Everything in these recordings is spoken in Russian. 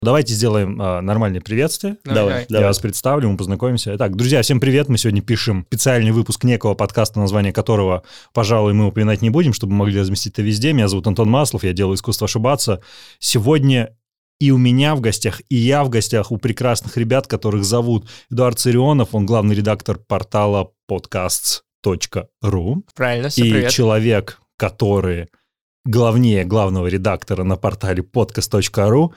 Давайте сделаем нормальное приветствие. Давай. Я вас представлю, мы познакомимся. Итак, друзья, всем привет. Мы сегодня пишем специальный выпуск некого подкаста, название которого, пожалуй, мы упоминать не будем, чтобы мы могли разместить это везде. Меня зовут Антон Маслов, я делаю «Искусство ошибаться». Сегодня и у меня в гостях, и я в гостях у прекрасных ребят, которых зовут Эдуард Царионов, он главный редактор портала podcasts.ru. Правильно, все и привет. Человек, который главнее главного редактора на портале podcast.ru,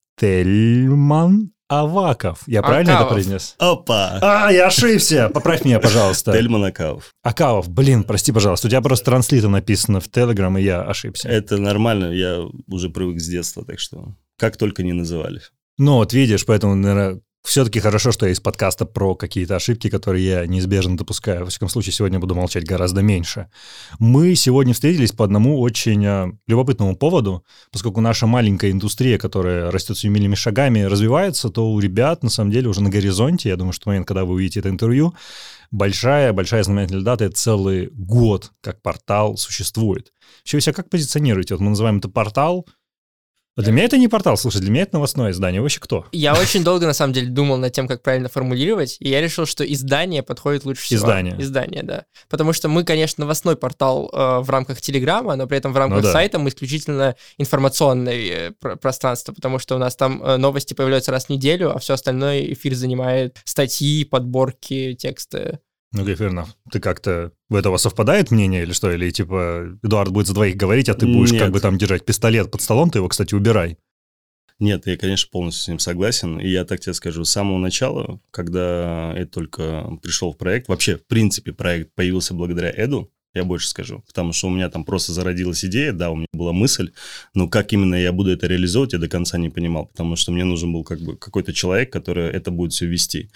Тельман Аваков. Я правильно это произнес? Опа! Я ошибся! Поправь меня, пожалуйста. Тельман Акавов. Акавов, прости, пожалуйста. У тебя просто транслитом написано в Telegram, и я ошибся. Это нормально, я уже привык с детства, так что как только не называли. Ну, вот видишь, поэтому, наверное, все-таки хорошо, что я из подкаста про какие-то ошибки, которые я неизбежно допускаю. Во всяком случае, сегодня буду молчать гораздо меньше. Мы сегодня встретились по одному очень любопытному поводу, поскольку наша маленькая индустрия, которая растет семимильными шагами, развивается, то у ребят, на самом деле, уже на горизонте, я думаю, что в момент, когда вы увидите это интервью, большая знаменательная дата — это целый год, как портал существует. Вообще, вы себя как позиционируете? Вот мы называем это портал. Для меня это не портал, слушай, для меня это новостное издание. Вы вообще кто? Я очень долго, на самом деле, думал над тем, как правильно формулировать, и я решил, что издание подходит лучше всего. Издание, да. Потому что мы, конечно, новостной портал в рамках Телеграма, но при этом в рамках сайта мы исключительно информационное пространство, потому что у нас там новости появляются раз в неделю, а все остальное эфир занимает статьи, подборки, тексты. Ну, Гайфернов, ты как-то... У этого совпадает мнение или что? Или типа Эдуард будет за двоих говорить, а ты будешь как бы там держать пистолет под столом, ты его, кстати, убирай. Нет, я, конечно, полностью с ним согласен. И я так тебе скажу, с самого начала, когда это только пришел в проект, вообще, в принципе, проект появился благодаря Эду, я больше скажу, потому что у меня там просто зародилась идея, да, у меня была мысль, но как именно я буду это реализовывать, я до конца не понимал, потому что мне нужен был как бы какой-то человек, который это будет все вести.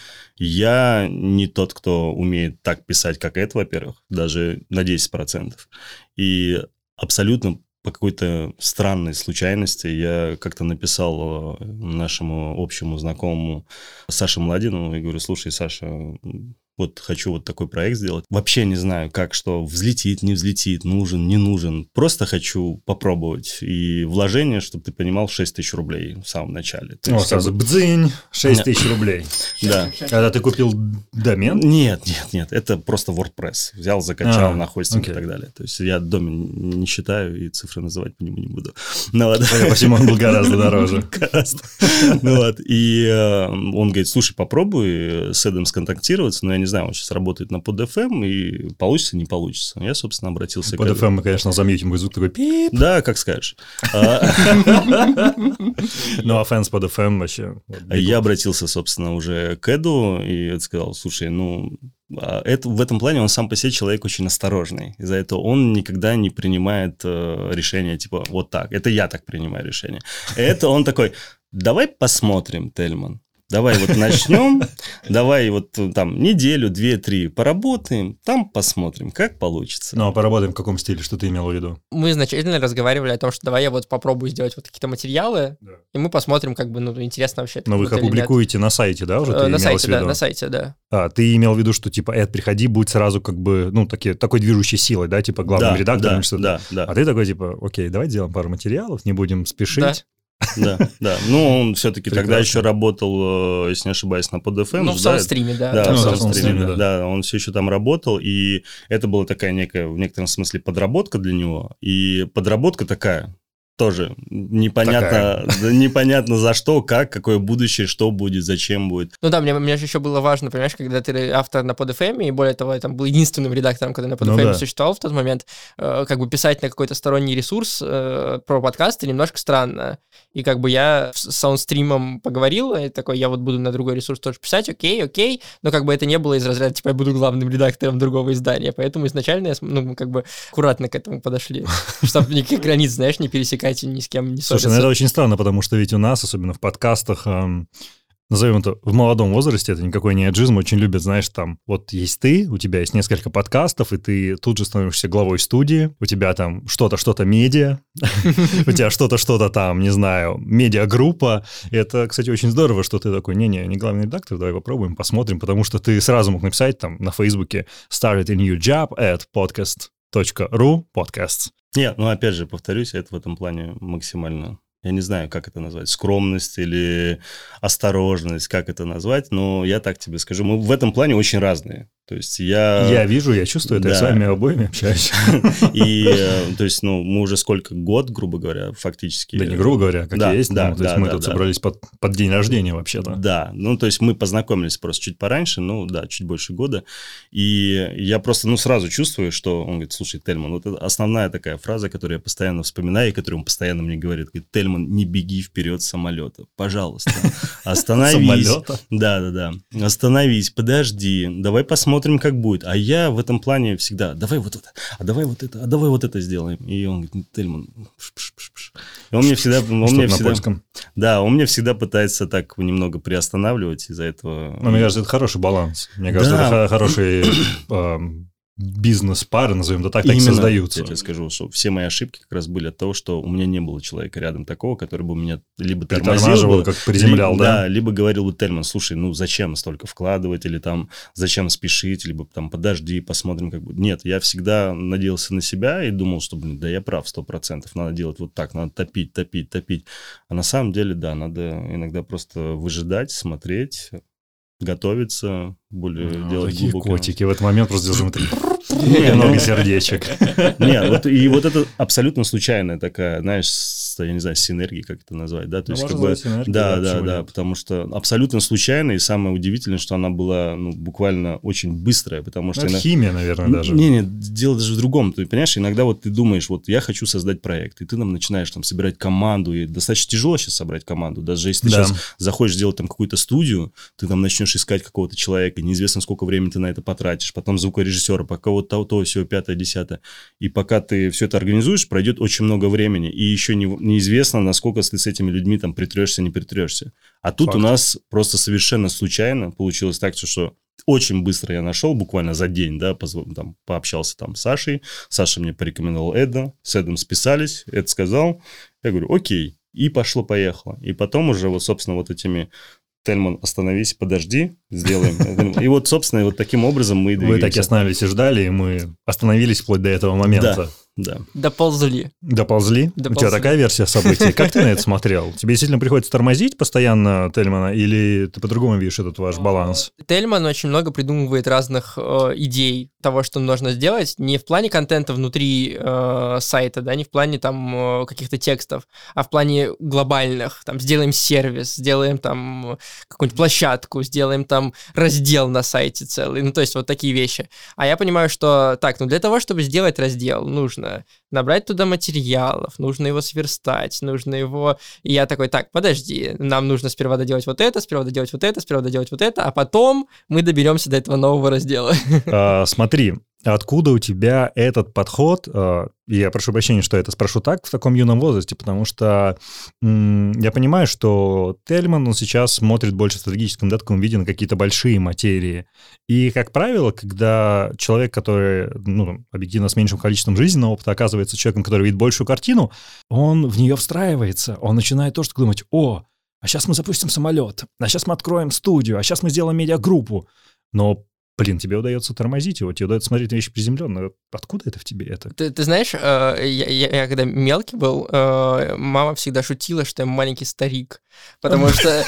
Я не тот, кто умеет так писать, как это, во-первых, даже на 10%. И абсолютно по какой-то странной случайности я как-то написал нашему общему знакомому Саше Младину и говорю: слушай, Саша, вот хочу вот такой проект сделать. Вообще не знаю, как, что взлетит, не взлетит, нужен, не нужен. Просто хочу попробовать. И вложение, чтобы ты понимал, 6 тысяч рублей в самом начале. Сразу бдзынь, 6 тысяч рублей. Да. Когда ты купил домен? Нет. Это просто WordPress. Взял, закачал на хостинг и так далее. То есть я домен не считаю и цифры называть по нему не буду. Посему он был гораздо дороже. И он говорит: слушай, попробуй с Эдом сконтактироваться, но я не знаю, он сейчас работает на PodFM, и получится, не получится. Я, собственно, обратился к PodFM мы, конечно, замьютим, будет звук такой пип. Да, как скажешь. Ну, а фэн с PodFM вообще... Я обратился, собственно, уже к Эду и сказал: слушай, в этом плане он сам по себе человек очень осторожный. Из-за этого он никогда не принимает решения типа вот так. Это я так принимаю решение. Это он такой: давай посмотрим, Тельман. Давай вот начнем, давай вот там неделю, 2-3 поработаем, там посмотрим, как получится. Ну, а поработаем в каком стиле, что ты имел в виду? Мы изначально разговаривали о том, что давай я вот попробую сделать вот какие-то материалы, и мы посмотрим, как бы, интересно вообще. Но вы их опубликуете на сайте, да, уже? На сайте, да. Ты имел в виду, что типа, Эд, приходи, будь сразу как бы, такой движущей силой, да, типа главным редактором или что-то. Да. А ты такой типа: окей, давай сделаем пару материалов, не будем спешить. Да. Ну, он все-таки тогда еще работал, если не ошибаюсь, на PodFM. Ну, в саундстриме, да. Да, в саундстриме, да. Он все еще там работал, и это была такая некая, в некотором смысле, подработка для него. И подработка такая... Тоже непонятно за что, как, какое будущее, что будет, зачем будет. Ну да, мне же еще было важно, понимаешь, когда ты автор на PodFM, и более того, я там был единственным редактором, который на PodFM существовал в тот момент, как бы писать на какой-то сторонний ресурс про подкасты немножко странно. И как бы я с саундстримом поговорил, и такой: я вот буду на другой ресурс тоже писать, окей, но как бы это не было из разряда, типа, я буду главным редактором другого издания, поэтому изначально как бы аккуратно к этому подошли, чтобы никаких границ, знаешь, не пересекать и ни с кем не ссориться. Слушай, это очень странно, потому что ведь у нас, особенно в подкастах, назовем это, в молодом возрасте, это никакой не эйджизм, очень любят, знаешь, там, вот есть ты, у тебя есть несколько подкастов, и ты тут же становишься главой студии, у тебя там что-то медиа, у тебя что-то там, не знаю, медиагруппа. Это, кстати, очень здорово, что ты такой: не главный редактор, давай попробуем, посмотрим, потому что ты сразу мог написать там на Фейсбуке started a new job at podcast.ru podcasts. Нет, опять же, повторюсь, это в этом плане максимально я не знаю, как это назвать, скромность или осторожность, как это назвать, но я так тебе скажу, мы в этом плане очень разные. То есть Я вижу, я чувствую, это я с вами обоими общаюсь. И, то есть, мы уже год, грубо говоря, фактически. Да не грубо говоря, как есть. Да, то есть мы тут собрались под день рождения вообще-то. Да, то есть мы познакомились просто чуть пораньше, чуть больше года. И я просто, сразу чувствую, что он говорит, слушай, Тельман, вот это основная такая фраза, которую я постоянно вспоминаю, и которую он постоянно мне говорит, Тельман, не беги вперед самолета, пожалуйста, остановись. Самолета? Да, остановись, подожди, давай посмотрим, как будет. А я в этом плане всегда, давай вот это, давай вот это сделаем. И он говорит, Тельман, и он мне всегда... Да, он мне всегда пытается так немного приостанавливать из-за этого. Мне кажется, это хороший баланс. Мне кажется, это хороший бизнес-пары, назовем это так, так и создаются. Я тебе скажу, что все мои ошибки как раз были от того, что у меня не было человека рядом такого, который бы меня либо тормозил, как приземлял, да? Либо говорил бы, Тельман, слушай, зачем столько вкладывать, или там зачем спешить, либо там подожди, посмотрим, как будет. Нет, я всегда надеялся на себя и думал, что, да я прав 100%, надо делать вот так, надо топить. А на самом деле, да, надо иногда просто выжидать, смотреть, готовиться, делать такие глубоко. Котики в этот момент просто делаем много сердечек. Нет, и вот это абсолютно случайная такая, знаешь, я не знаю, синергия, как это назвать, да? То есть, да, потому что абсолютно случайно, и самое удивительное, что она была, буквально очень быстрая, потому что... Это химия, наверное, даже. Нет, дело даже в другом. Ты понимаешь, иногда вот ты думаешь, вот я хочу создать проект, и ты начинаешь собирать команду, и достаточно тяжело сейчас собрать команду, даже если ты сейчас захочешь сделать там какую-то студию, ты там начнешь искать какого-то человека, неизвестно, сколько времени ты на это потратишь, потом звукорежиссера, пока вот то, все, 5-е, 10-е. И пока ты все это организуешь, пройдет очень много времени, и еще неизвестно, насколько ты с этими людьми там притрешься, не притрешься. А тут у нас просто совершенно случайно получилось так, что очень быстро я нашел, буквально за день, да, пообщался там с Сашей, Саша мне порекомендовал Эда, с Эдом списались, Эд сказал, я говорю, окей, и пошло-поехало. И потом уже собственно, этими... Тельман, остановись, подожди, сделаем. И вот, собственно, вот таким образом мы и двигаемся. Вы так и остановились и ждали, и мы остановились вплоть до этого момента. Да. Доползли. У тебя такая версия событий. Как ты на это смотрел? Тебе действительно приходится тормозить постоянно Тельмана, или ты по-другому видишь этот ваш баланс? Тельман очень много придумывает разных идей того, что нужно сделать, не в плане контента внутри сайта, да, не в плане там каких-то текстов, а в плане глобальных. Там сделаем сервис, сделаем там какую-нибудь площадку, сделаем там раздел на сайте целый. То есть вот такие вещи. А я понимаю, что для того, чтобы сделать раздел, нужно набрать туда материалов, нужно его сверстать, нужно его... И я такой, подожди, нам нужно сперва доделать вот это, сперва доделать вот это, сперва доделать вот это, а потом мы доберемся до этого нового раздела. Смотри, откуда у тебя этот подход? Я прошу прощения, что я это спрошу так в таком юном возрасте, потому что я понимаю, что Тельман, он сейчас смотрит больше в стратегическом таком виде на какие-то большие материи. И, как правило, когда человек, который, объективно с меньшим количеством жизненного опыта, оказывается человеком, который видит большую картину, он в нее встраивается, он начинает тоже думать, а сейчас мы запустим самолет, а сейчас мы откроем студию, а сейчас мы сделаем медиагруппу. Но тебе удается тормозить его, тебе удается смотреть на вещи приземленно. Откуда это в тебе? Ты знаешь, я когда мелкий был, мама всегда шутила, что я маленький старик. Потому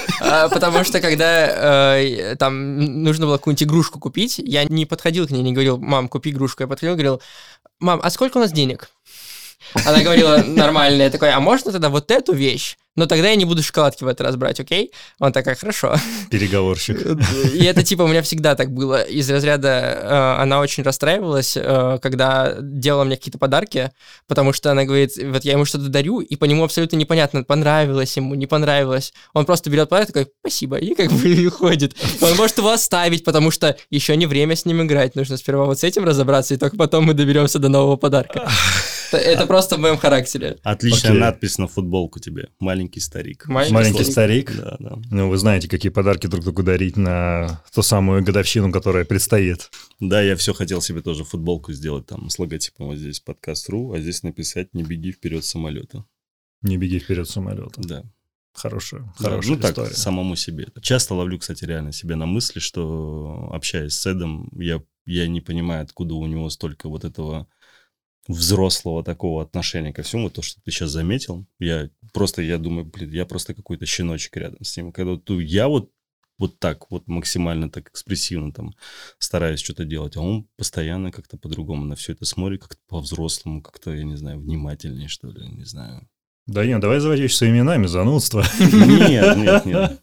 что когда там нужно было какую-нибудь игрушку купить, я не подходил к ней, не говорил, мам, купи игрушку. Я подходил и говорил, мам, а сколько у нас денег? Она говорила нормально, я такой, а можно тогда вот эту вещь? Но тогда я не буду шоколадки в этот раз брать, окей? Он такая, хорошо. Переговорщик. И это у меня всегда так было. Из разряда она очень расстраивалась, когда делала мне какие-то подарки, потому что она говорит, вот я ему что-то дарю, и по нему абсолютно непонятно, понравилось ему, не понравилось. Он просто берет подарок, такой, спасибо, и уходит. Он может его оставить, потому что еще не время с ним играть, нужно сперва вот с этим разобраться, и только потом мы доберемся до нового подарка. Это просто в моем характере. Отличная надпись на футболку тебе. Маленький старик. Маленький старик? Да. Вы знаете, какие подарки друг другу дарить на ту самую годовщину, которая предстоит. Да, я все хотел себе тоже футболку сделать там с логотипом вот здесь подкаст.ру, а здесь написать «Не беги вперед самолета». Не беги вперед самолета. Да. Хорошая история. Так, самому себе. Часто ловлю, кстати, реально себя на мысли, что, общаясь с Эдом, я не понимаю, откуда у него столько вот этого взрослого такого отношения ко всему, то, что ты сейчас заметил. Я думаю, я просто какой-то щеночек рядом с ним. Когда я вот так вот максимально так экспрессивно там стараюсь что-то делать, а он постоянно как-то по-другому на все это смотрит, как-то по-взрослому, как-то, я не знаю, внимательнее, что ли, не знаю. Да нет, давай заводишь своими именами, занудство. Нет.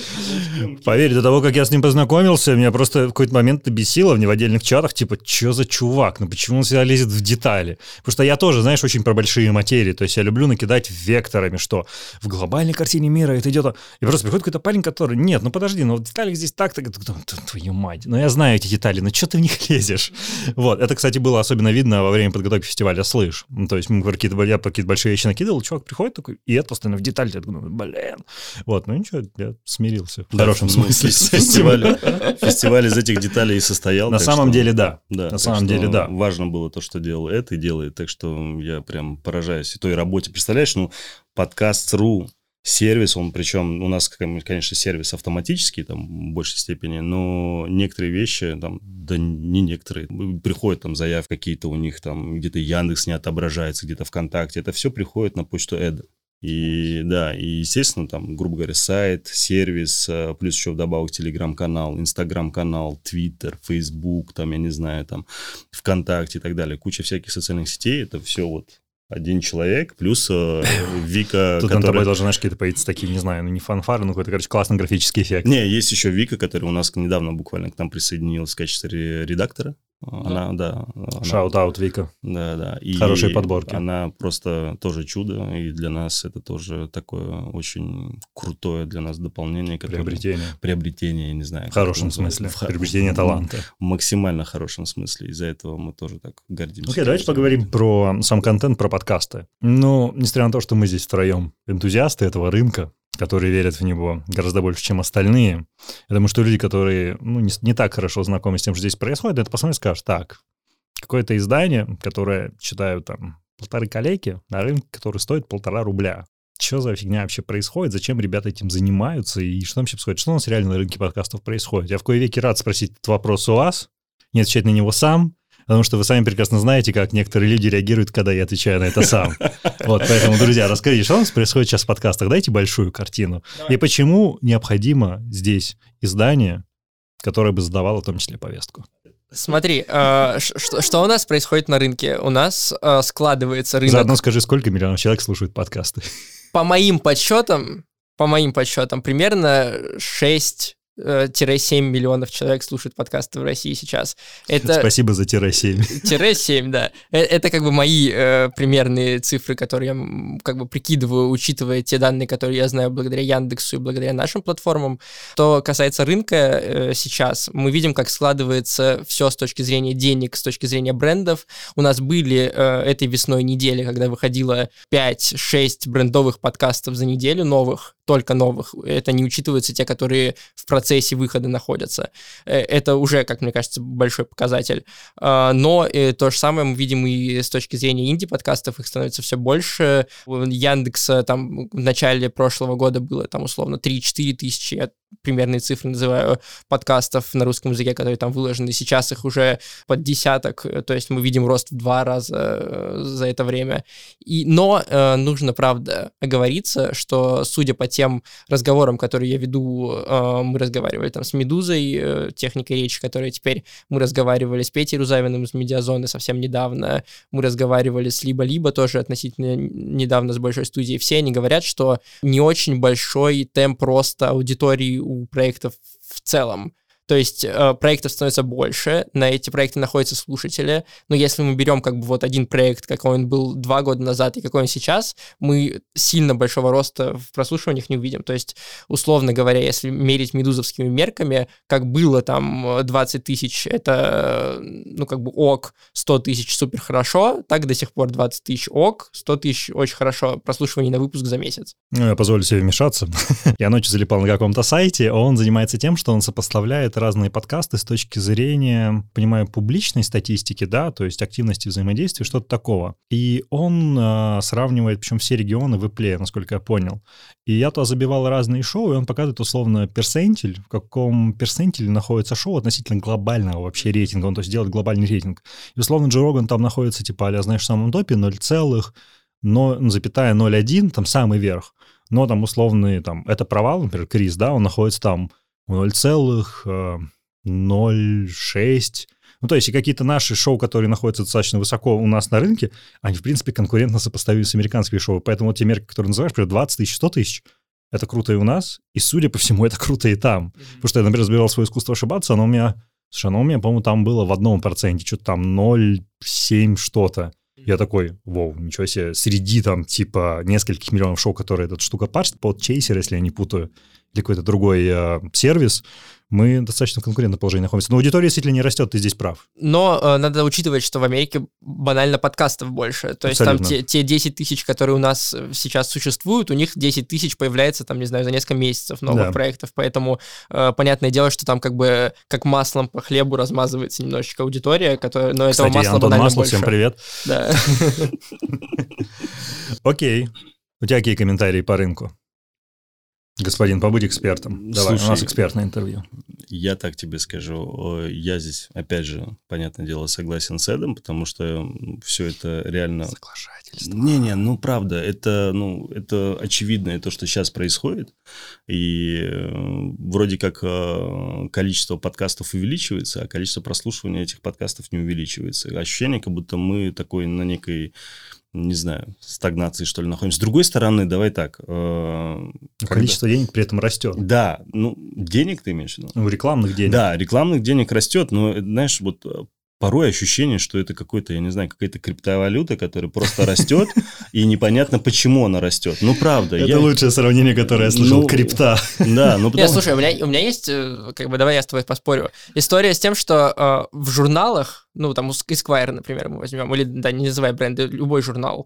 Поверь, до того, как я с ним познакомился, меня просто в какой-то момент бесило в неводельных чатах, типа, что за чувак, ну почему он всегда лезет в детали? Потому что я тоже, знаешь, очень про большие материи, то есть я люблю накидать векторами, что в глобальной картине мира это идет... И просто приходит какой-то парень, который, нет, ну подожди, ну в деталях здесь так-то, твою мать, ну я знаю эти детали, но что ты в них лезешь? Вот, это, кстати, было особенно видно во время подготовки фестиваля «Слышь». То есть я какие-то большие вещи накидывал, чувак приходит такой, и это постоянно в детали, я думаю, блин. Вот, ну ничего, я смирился. В хорошем смысле. Фестиваль из этих деталей и состоял. На самом деле, да. На самом деле, да. Важно было то, что делал это и делает. Так что я прям поражаюсь той работе. Представляешь, подкаст.ру сервис, он причем у нас, конечно, сервис автоматический, там, в большей степени, но некоторые вещи, там, да не некоторые, приходят там заявки какие-то у них, там, где-то Яндекс не отображается, где-то ВКонтакте, это все приходит на почту Эда. И да, и естественно, там, грубо говоря, сайт, сервис, плюс еще вдобавок Телеграм-канал, Инстаграм-канал, Твиттер, Фейсбук, там, я не знаю, там, ВКонтакте и так далее. Куча всяких социальных сетей, это все вот один человек, плюс Вика, тут над тобой должны, знаешь, какие-то появиться такие, не знаю, не фанфары, но какой-то, классный графический эффект. Не, есть еще Вика, которая у нас недавно буквально к нам присоединилась в качестве редактора. Шаут-аут, Вика. Да. И хорошие подборки. Она просто тоже чудо, и для нас это тоже такое очень крутое для нас дополнение. Приобретение, я не знаю. В хорошем смысле. Приобретение таланта. В максимально хорошем смысле. Из-за этого мы тоже так гордимся. Окей, давайте поговорим про сам контент, про подкасты. Ну, несмотря на то, что мы здесь втроем энтузиасты этого рынка, которые верят в него гораздо больше, чем остальные. Я думаю, что люди, которые не так хорошо знакомы с тем, что здесь происходит, это посмотрят и скажут, так, какое-то издание, которое читают там 1,5 копейки на рынке, который стоит 1,5 рубля. Что за фигня вообще происходит? Зачем ребята этим занимаются? И что там вообще происходит? Что у нас реально на рынке подкастов происходит? Я в кои веки рад спросить этот вопрос у вас, не отвечать на него сам, потому что вы сами прекрасно знаете, как некоторые люди реагируют, когда я отвечаю на это сам. Вот, поэтому, друзья, расскажите, что у нас происходит сейчас в подкастах? Дайте большую картину. Давай. И почему необходимо здесь издание, которое бы задавало в том числе повестку? Смотри, что у нас происходит на рынке? У нас складывается рынок... Заодно скажи, сколько миллионов человек слушают подкасты? По моим подсчетам, примерно 6-7 миллионов человек слушают подкасты в России сейчас. Спасибо за -7. -7, да. Это как бы мои примерные цифры, которые я как бы прикидываю, учитывая те данные, которые я знаю благодаря Яндексу и благодаря нашим платформам. Что касается рынка сейчас, мы видим, как складывается все с точки зрения денег, с точки зрения брендов. У нас были этой весной недели, когда выходило 5-6 брендовых подкастов за неделю, только новых. Это не учитываются те, которые в процессе выхода находятся. Это уже, как мне кажется, большой показатель. Но то же самое мы видим и с точки зрения инди-подкастов, их становится все больше. У Яндекса там в начале прошлого года было там условно 3-4 тысячи, я примерные цифры называю, подкастов на русском языке, которые там выложены. Сейчас их уже под десяток, то есть мы видим рост в 2 раза за это время. Но нужно, правда, оговориться, что, судя по тем разговорам, которые я веду, мы разговаривали там с Медузой, техникой речи, которая теперь мы разговаривали с Петей Рузавиным из Медиазоны совсем недавно, мы разговаривали с Либо-Либо тоже относительно недавно с большой студией. Все они говорят, что не очень большой темп роста аудитории у проектов в целом. То есть проектов становится больше, на эти проекты находятся слушатели, но если мы берем как бы вот один проект, какой он был 2 года назад и какой он сейчас, мы сильно большого роста в прослушиваниях не увидим. То есть, условно говоря, если мерить медузовскими мерками, как было там 20 тысяч, это, как бы ок, 100 тысяч супер хорошо, так до сих пор 20 тысяч ок, 100 тысяч очень хорошо, прослушивание на выпуск за месяц. Я позволю себе вмешаться. Я ночью залипал на каком-то сайте, он занимается тем, что он сопоставляет разные подкасты с точки зрения, понимаю, публичной статистики, да, то есть активности взаимодействия, что-то такого. И он сравнивает, причем все регионы в Apple, насколько я понял. И я туда забивал разные шоу, и он показывает условно персентиль, в каком персентиле находится шоу относительно глобального вообще рейтинга, он то есть делает глобальный рейтинг. И условно Джо Роган там находится, типа, а-ля, знаешь, в самом топе 0,01, там самый верх. Но там условный, там, это провал, например, Крис, да, он находится там 0,06. Ну, то есть и какие-то наши шоу, которые находятся достаточно высоко у нас на рынке, они, в принципе, конкурентно сопоставимы с американскими шоу. Поэтому вот те мерки, которые называешь, например, 20 тысяч, 100 тысяч, это круто и у нас, и, судя по всему, это круто и там. Потому что я, например, разбирал свое искусство ошибаться, оно у меня, по-моему, там было в 1%, что-то там 0,7 что-то. Я такой, вау, ничего себе, среди там типа нескольких миллионов шоу, которые эта штука парсит, Podchaser, если я не путаю, или какой-то другой сервис, мы достаточно в конкурентном положении находимся. Но аудитория действительно не растет, ты здесь прав. Но надо учитывать, что в Америке банально подкастов больше. То Абсолютно. есть там те 10 тысяч, которые у нас сейчас существуют, у них 10 тысяч появляется, там, не знаю, за несколько месяцев новых проектов. Поэтому понятное дело, что там как бы как маслом по хлебу размазывается немножечко аудитория, которая, но этого масла Антон банально Маслов, больше. всем привет. Да. Окей. У тебя какие комментарии по рынку? Господин, побудь экспертом. Давай, слушай, у нас экспертное интервью. Я так тебе скажу. Я здесь, опять же, понятное дело, согласен с Эдом, потому что все это реально... Соглашательство. Не-не, ну правда, это очевидно, то, что сейчас происходит. И вроде как количество подкастов увеличивается, а количество прослушивания этих подкастов не увеличивается. Ощущение, как будто мы такой на некой... не знаю, стагнации, что ли, находимся. С другой стороны, давай так. Количество денег при этом растет. Да, ну, денег ты имеешь в виду? Ну, рекламных денег. Да, рекламных денег растет, но, знаешь, вот порой ощущение, что это какой-то, я не знаю, какая-то криптовалюта, которая просто растет, и непонятно, почему она растет. Ну, правда. Это лучшее сравнение, которое я слышал, крипта. Да, ну, Нет, слушай, у меня есть, как бы, давай я с тобой поспорю, история с тем, что в журналах, ну, там, Esquire, например, мы возьмем, или, да, не называй бренды, любой журнал,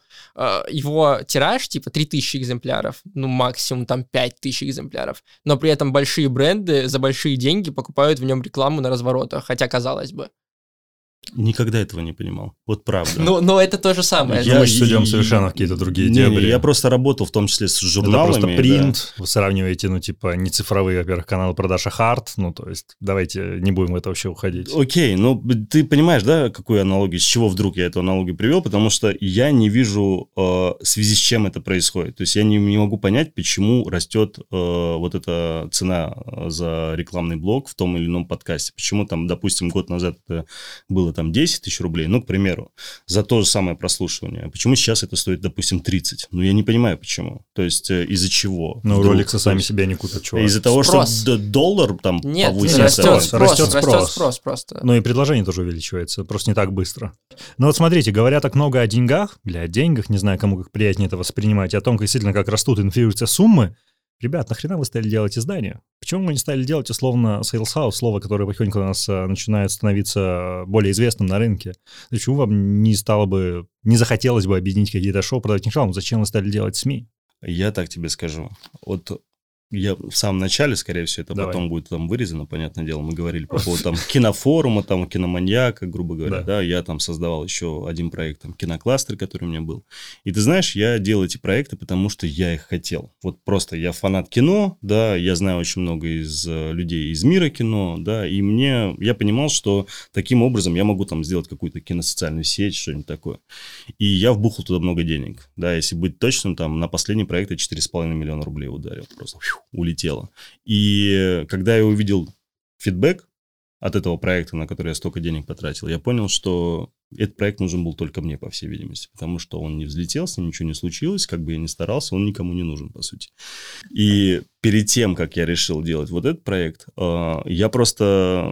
его тираж, типа, 3000 экземпляров, ну, максимум, там, 5000 экземпляров, но при этом большие бренды за большие деньги покупают в нем рекламу на разворотах, хотя, казалось бы. Никогда этого не понимал. Вот правда. Но это то же самое. Мы же идем совершенно в какие-то другие дебри. Я просто работал в том числе с журналами. Это просто принт. Да. Вы сравниваете, ну, типа, не цифровые, во-первых, каналы продаж, а хард. Ну, то есть, давайте не будем в это вообще уходить. Окей, ну, ты понимаешь, да, какую аналогию, с чего вдруг я эту аналогию привел? Потому что я не вижу связи, с чем это происходит. То есть, я не могу понять, почему растет вот эта цена за рекламный блок в том или ином подкасте. Почему там, допустим, год назад это было там 10 тысяч рублей, ну, к примеру, за то же самое прослушивание. Почему сейчас это стоит, допустим, 30? Ну, я не понимаю, почему. То есть, из-за чего? Ну, роликсы сами себя не купят, чувак. Из-за того, что доллар там повысился. Нет, растет спрос просто. Ну, и предложение тоже увеличивается, просто не так быстро. Ну, вот смотрите, говоря так много о деньгах, о деньгах, не знаю, кому как приятнее это воспринимать, о том, действительно, как растут и инфлируются суммы. Ребят, нахрена вы стали делать издания? Почему мы не стали делать условно Sales House, слово, которое потихоньку у нас начинает становиться более известным на рынке? Почему вам не захотелось бы объединить какие-то шоу, продавать рекламу? Зачем вы стали делать СМИ? Я так тебе скажу. Вот я в самом начале, скорее всего, это потом будет там вырезано, понятное дело, мы говорили по поводу там кинофорума, там киноманьяка, грубо говоря, да, я там создавал еще один проект, там кинокластер, который у меня был. И ты знаешь, я делал эти проекты, потому что я их хотел. Вот просто я фанат кино, да, я знаю очень много из людей из мира кино, да, и я понимал, что таким образом я могу там сделать какую-то киносоциальную сеть, что-нибудь такое. И я вбухал туда много денег, да, если быть точным, там на последний проект я 4,5 миллиона рублей ударил, просто улетело. И когда я увидел фидбэк от этого проекта, на который я столько денег потратил, я понял, что этот проект нужен был только мне, по всей видимости, потому что он не взлетел, с ним ничего не случилось, как бы я ни старался, он никому не нужен, по сути. И перед тем, как я решил делать вот этот проект, я просто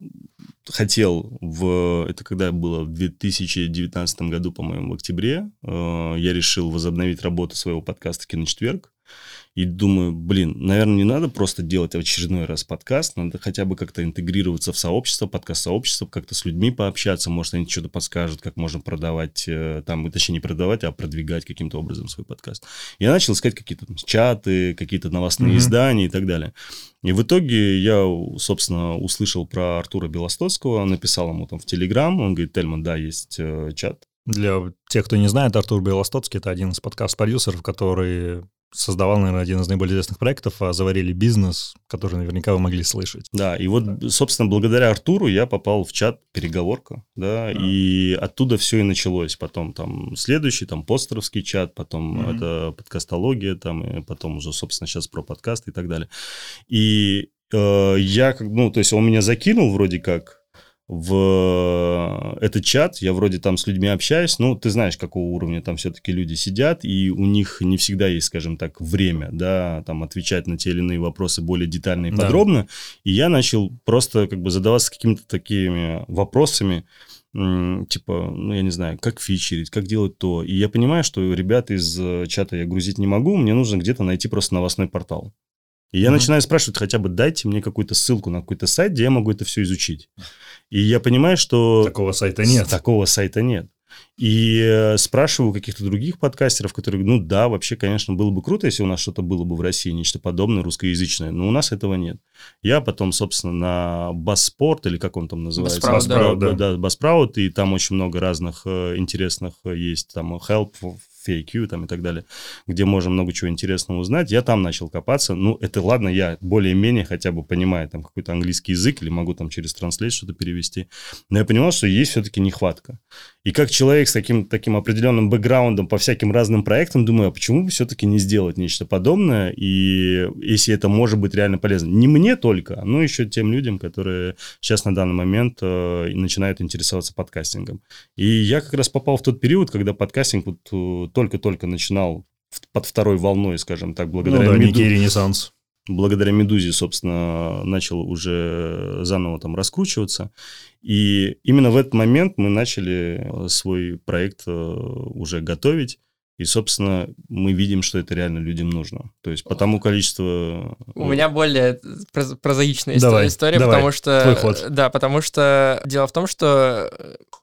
хотел это когда было в 2019 году, по-моему, в октябре, я решил возобновить работу своего подкаста «Киночетверг». И думаю, наверное, не надо просто делать в очередной раз подкаст, надо хотя бы как-то интегрироваться в сообщество, подкаст-сообщество, как-то с людьми пообщаться, может, они что-то подскажут, как можно продавать, точнее, не продавать, а продвигать каким-то образом свой подкаст. Я начал искать какие-то там чаты, какие-то новостные издания и так далее. И в итоге я, собственно, услышал про Артура Белостоцкого, написал ему там в Телеграм, он говорит: Тельман, да, есть чат. Для тех, кто не знает, Артур Белостоцкий — это один из подкаст-продюсеров, который создавал, наверное, один из наиболее известных проектов «Заварили бизнес», который наверняка вы могли слышать. Да, и вот, собственно, благодаря Артуру я попал в чат «Переговорка», да, и оттуда все и началось. Потом там следующий, там постеровский чат, потом это подкастология, там, и потом уже, собственно, сейчас про подкасты и так далее. И я, то есть он меня закинул вроде как в этот чат, я вроде там с людьми общаюсь, ты знаешь, какого уровня там все-таки люди сидят, и у них не всегда есть, скажем так, время, да, там отвечать на те или иные вопросы более детально и подробно, и я начал просто как бы задаваться какими-то такими вопросами, типа, я не знаю, как фичерить, как делать то, и я понимаю, что ребят из чата я грузить не могу, мне нужно где-то найти просто новостной портал. И я начинаю спрашивать, хотя бы дайте мне какую-то ссылку на какой-то сайт, где я могу это все изучить. И я понимаю, что... Такого сайта нет. Такого сайта нет. И спрашиваю каких-то других подкастеров, которые, да, вообще, конечно, было бы круто, если у нас что-то было бы в России, нечто подобное, русскоязычное, но у нас этого нет. Я потом, собственно, на Басспорт, или как он там называется? Басспраут, да, Басспраут, и там очень много разных интересных есть, там, Help, FAQ там и так далее, где можно много чего интересного узнать. Я там начал копаться. Это ладно, я более-менее хотя бы понимаю там какой-то английский язык или могу там через Translate что-то перевести. Но я понимал, что есть все-таки нехватка. И как человек с таким определенным бэкграундом по всяким разным проектам, думаю, а почему бы все-таки не сделать нечто подобное, и если это может быть реально полезно. Не мне только, но еще тем людям, которые сейчас на данный момент начинают интересоваться подкастингом. И я как раз попал в тот период, когда подкастинг только-только начинал под второй волной, скажем так, благодаря некий ренессанс. Благодаря «Медузе», собственно, начал уже заново там раскручиваться. И именно в этот момент мы начали свой проект уже готовить. И, собственно, мы видим, что это реально людям нужно. То есть по тому количеству... У меня более прозаичная история, потому что... Твой ход. Да, потому что дело в том, что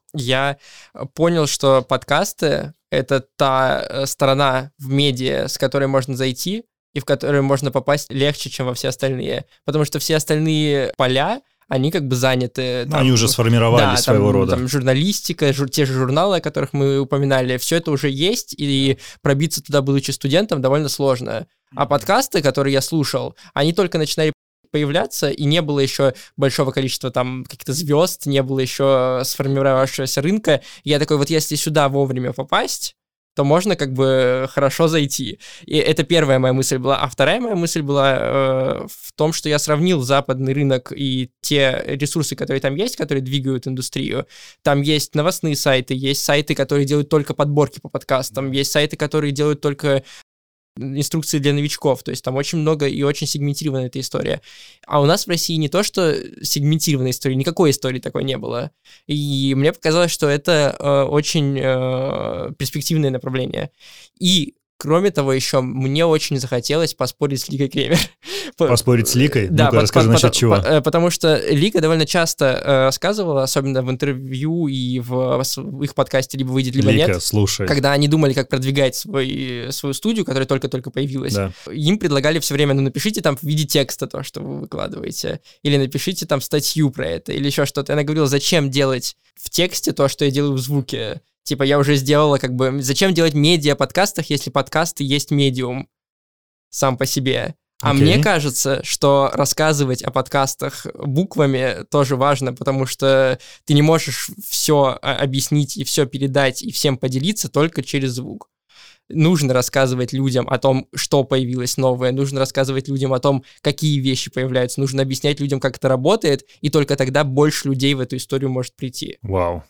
я понял, что подкасты — это та сторона в медиа, с которой можно зайти, и в которую можно попасть легче, чем во все остальные. Потому что все остальные поля, они как бы заняты. Там, они уже сформировались своего рода. Там журналистика, те же журналы, о которых мы упоминали, все это уже есть, и пробиться туда, будучи студентом, довольно сложно. А подкасты, которые я слушал, они только начинали появляться, и не было еще большого количества там каких-то звезд, не было еще сформировавшегося рынка. И я такой, если сюда вовремя попасть, то можно как бы хорошо зайти. И это первая моя мысль была. А вторая моя мысль была в том, что я сравнил западный рынок и те ресурсы, которые там есть, которые двигают индустрию. Там есть новостные сайты, есть сайты, которые делают только подборки по подкастам, есть сайты, которые делают только инструкции для новичков, то есть там очень много и очень сегментированная эта история. А у нас в России не то, что сегментированная история, никакой истории такой не было. И мне показалось, что это очень перспективное направление. И кроме того, еще мне очень захотелось поспорить с Лигой Кремер. Поспорить с Лигой? Да, ну-ка, расскажи насчет чего. Потому что Лига довольно часто рассказывала, особенно в интервью и в их подкасте «Либо выйдет, либо Лика, нет», слушай. когда они думали, как продвигать свою студию, которая только-только появилась. Да. Им предлагали все время, напишите там в виде текста то, что вы выкладываете, или напишите там статью про это, или еще что-то. Она говорила, зачем делать в тексте то, что я делаю в звуке? Типа, я уже сделала зачем делать медиа о подкастах, если подкасты есть медиум сам по себе? А мне кажется, что рассказывать о подкастах буквами тоже важно, потому что ты не можешь все объяснить и все передать и всем поделиться только через звук. Нужно рассказывать людям о том, что появилось новое, нужно рассказывать людям о том, какие вещи появляются, нужно объяснять людям, как это работает, и только тогда больше людей в эту историю может прийти. Вау.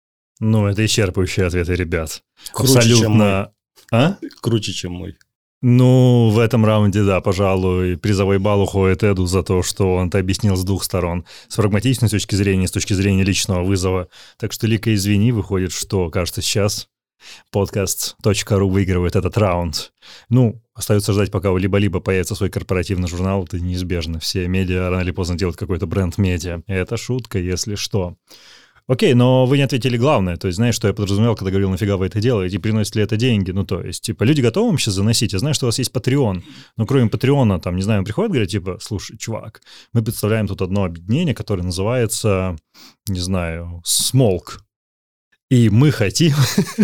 Это исчерпывающие ответы, ребят. Круче, абсолютно. Круче, чем мой. В этом раунде, да, пожалуй, призовой балл уходит Эду за то, что он это объяснил с двух сторон. С прагматичной точки зрения, с точки зрения личного вызова. Так что, Лика, извини, выходит, что, кажется, сейчас podcast.ru выигрывает этот раунд. Остается ждать, пока у либо-либо появится свой корпоративный журнал. Это неизбежно. Все медиа рано или поздно делают какой-то бренд медиа. Это шутка, если что. Окей, но вы не ответили главное. То есть, знаешь, что я подразумевал, когда говорил, нафига вы это делаете, и приносит ли это деньги? Ну, то есть, типа, люди готовы вам сейчас заносить? Я знаю, что у вас есть Patreon, но кроме Patreon, там, не знаю, приходят, говорят, типа, слушай, чувак, мы представляем тут одно объединение, которое называется, не знаю, Smolk. И мы хотим,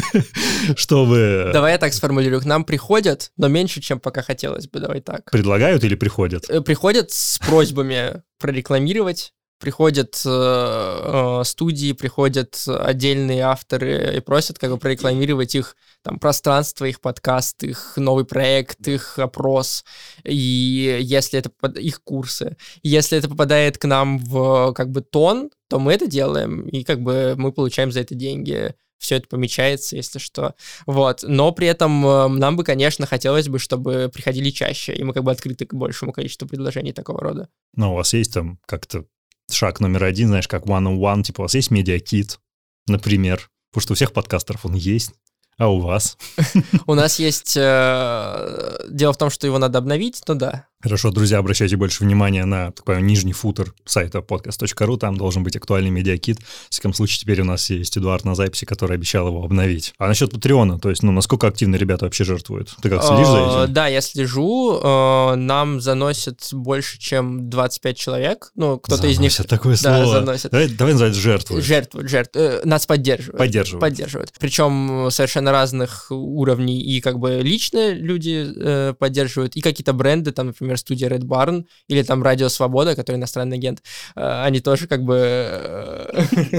чтобы... Давай я так сформулирую. К нам приходят, но меньше, чем пока хотелось бы. Давай так. Предлагают или приходят? Приходят с просьбами прорекламировать. Приходят студии, приходят отдельные авторы и просят как бы прорекламировать их там пространство, их подкаст, их новый проект, их опрос, и если это их курсы. Если это попадает к нам в как бы тон, то мы это делаем, и как бы мы получаем за это деньги. Все это помечается, если что. Вот. Но при этом нам бы, конечно, хотелось бы, чтобы приходили чаще, и мы как бы открыты к большему количеству предложений такого рода. Но у вас есть там как-то шаг номер 1, знаешь, как one-on-one, типа у вас есть медиакит, например, потому что у всех подкастеров он есть, а у вас? У нас есть... Дело в том, что его надо обновить, но да. Хорошо, друзья, обращайте больше внимания на такой нижний футер сайта podcast.ru, там должен быть актуальный медиакит. В всяком случае, теперь у нас есть Эдуард на записи, который обещал его обновить. А насчет Патреона, то есть, ну, насколько активно ребята вообще жертвуют? Ты как, следишь за этим? Да, я слежу. Нам заносят больше, чем 25 человек. Ну, кто-то из них... такое слово. Да, заносят. Давай называть жертвуют. Жертвуют. Нас поддерживают. Поддерживают. Причем совершенно разных уровней. И как бы лично люди поддерживают, и какие-то бренды, там, например, студия Red Barn или там Радио Свобода, который иностранный агент, они тоже как бы...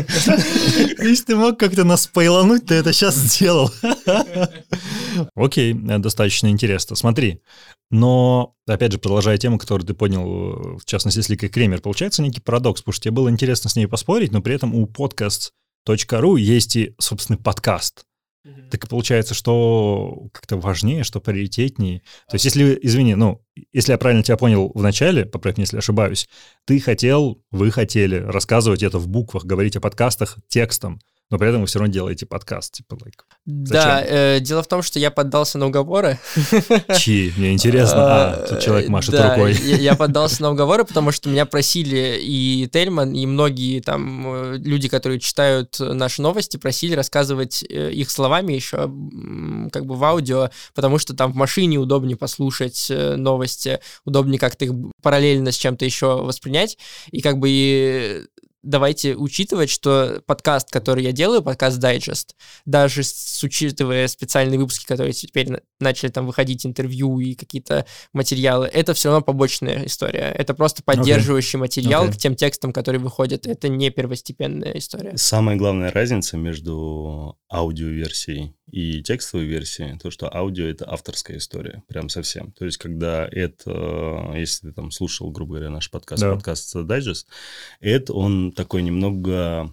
Если ты мог как-то нас спойлануть, ты это сейчас сделал. Окей, достаточно интересно. Смотри, но, опять же, продолжая тему, которую ты поднял, в частности, с Ликой Кремер, получается некий парадокс, потому что тебе было интересно с ней поспорить, но при этом у podcast.ru есть и, собственно, подкаст. Так и получается, что как-то важнее, что приоритетнее. То есть, если, извини, если я правильно тебя понял в начале, поправь меня, если ошибаюсь, вы хотели рассказывать это в буквах, говорить о подкастах текстом, но при этом вы все равно делаете подкаст. Типа, да, дело в том, что я поддался на уговоры. Чьи? Мне интересно. Тут человек машет рукой. Я поддался на уговоры, потому что меня просили и Тельман, и многие там люди, которые читают наши новости, просили рассказывать их словами еще как бы в аудио, потому что там в машине удобнее послушать новости, удобнее как-то их параллельно с чем-то еще воспринять, и как бы давайте учитывать, что подкаст, который я делаю, подкаст Digest, даже учитывая специальные выпуски, которые теперь начали там выходить, интервью и какие-то материалы, это все равно побочная история. Это просто поддерживающий материал к тем текстам, которые выходят. Это не первостепенная история. Самая главная разница между аудиоверсией и текстовой версией, то, что аудио — это авторская история, прям совсем. То есть, когда это, если ты там слушал, грубо говоря, наш подкаст Digest, это он такой немного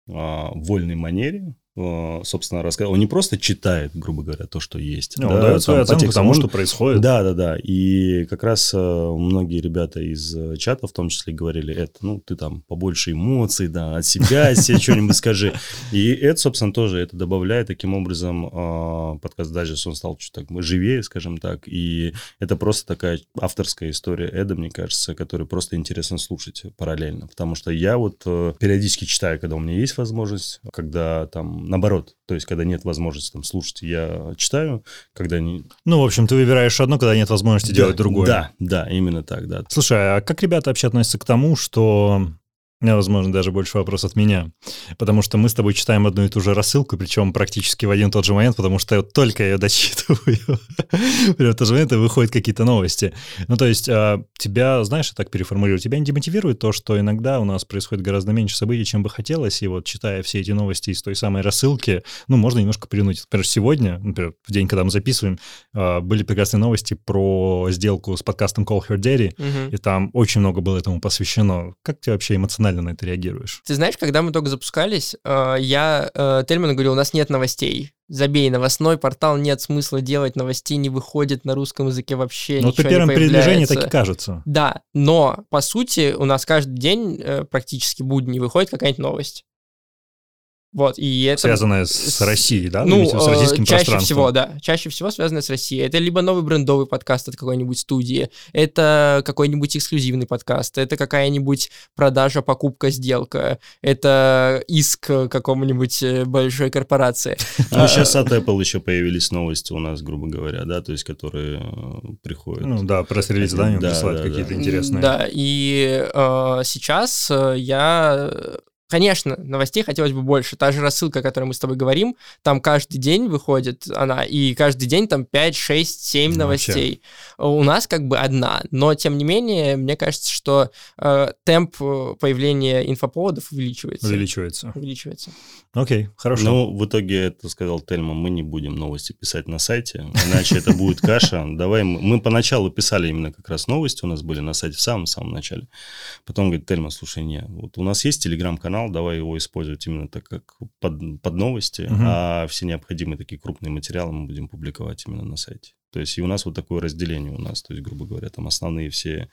в вольной манере, собственно, рассказывает. Он не просто читает, грубо говоря, то, что есть. Он дает свою оценку тому, что происходит. Да. И как раз многие ребята из чата в том числе говорили, ты там побольше эмоций, да, от себя себе что-нибудь скажи. И это, собственно, тоже это добавляет. Таким образом, подкаст Digest, он стал чуть так живее, скажем так. И это просто такая авторская история Эда, мне кажется, которую просто интересно слушать параллельно. Потому что я вот периодически читаю, когда у меня есть возможность, когда там наоборот, то есть, когда нет возможности там слушать, я читаю, когда не... в общем, ты выбираешь одно, когда нет возможности делать другое. Да, именно так, да. Слушай, а как ребята вообще относятся к тому, что... Возможно, даже больше вопрос от меня. Потому что мы с тобой читаем одну и ту же рассылку, причем практически в один и тот же момент, потому что я только ее дочитываю. Прямо в тот же момент и выходят какие-то новости. То есть тебя, знаешь, я так переформулирую, тебя не демотивирует то, что иногда у нас происходит гораздо меньше событий, чем бы хотелось, и вот читая все эти новости из той самой рассылки, можно немножко прильнуть. Например, сегодня, в день, когда мы записываем, были прекрасные новости про сделку с подкастом Call Her Daddy, и там очень много было этому посвящено. Как тебе вообще эмоционально на это реагируешь? Ты знаешь, когда мы только запускались, я Тельману говорил, у нас нет новостей. Забей, новостной портал, нет смысла делать, новостей не выходит на русском языке вообще, ничего не появляется. При первом передвижении так и кажется. Да, но, по сути, у нас каждый день практически будни выходит какая-нибудь новость. Вот, и это... Связанное с Россией, да? Ну, с российским чаще пространством. всего, да. Чаще всего связанное с Россией. Это либо новый брендовый подкаст от какой-нибудь студии, это какой-нибудь эксклюзивный подкаст, это какая-нибудь продажа, покупка, сделка, это иск какому-нибудь большой корпорации. Ну, сейчас от Apple еще появились новости у нас, грубо говоря, да, то есть, которые приходят. Ну да, пресс-релиз, да, они присылают какие-то интересные. Да, и сейчас я... Конечно, новостей хотелось бы больше. Та же рассылка, о которой мы с тобой говорим, там каждый день выходит она, и каждый день там 5, 6, 7 новостей. У нас как бы одна, но тем не менее, мне кажется, что темп появления инфоповодов увеличивается. Окей, хорошо. Ну, в итоге, это сказал Тельма, мы не будем новости писать на сайте, иначе это будет каша. Давай мы поначалу писали именно как раз новости, у нас были на сайте в самом начале. Потом говорит, Тельма, слушай, вот у нас есть телеграм-канал, давай его использовать именно так, как под новости, а все необходимые такие крупные материалы мы будем публиковать именно на сайте. То есть и у нас вот такое разделение у нас, то есть, грубо говоря, там основные все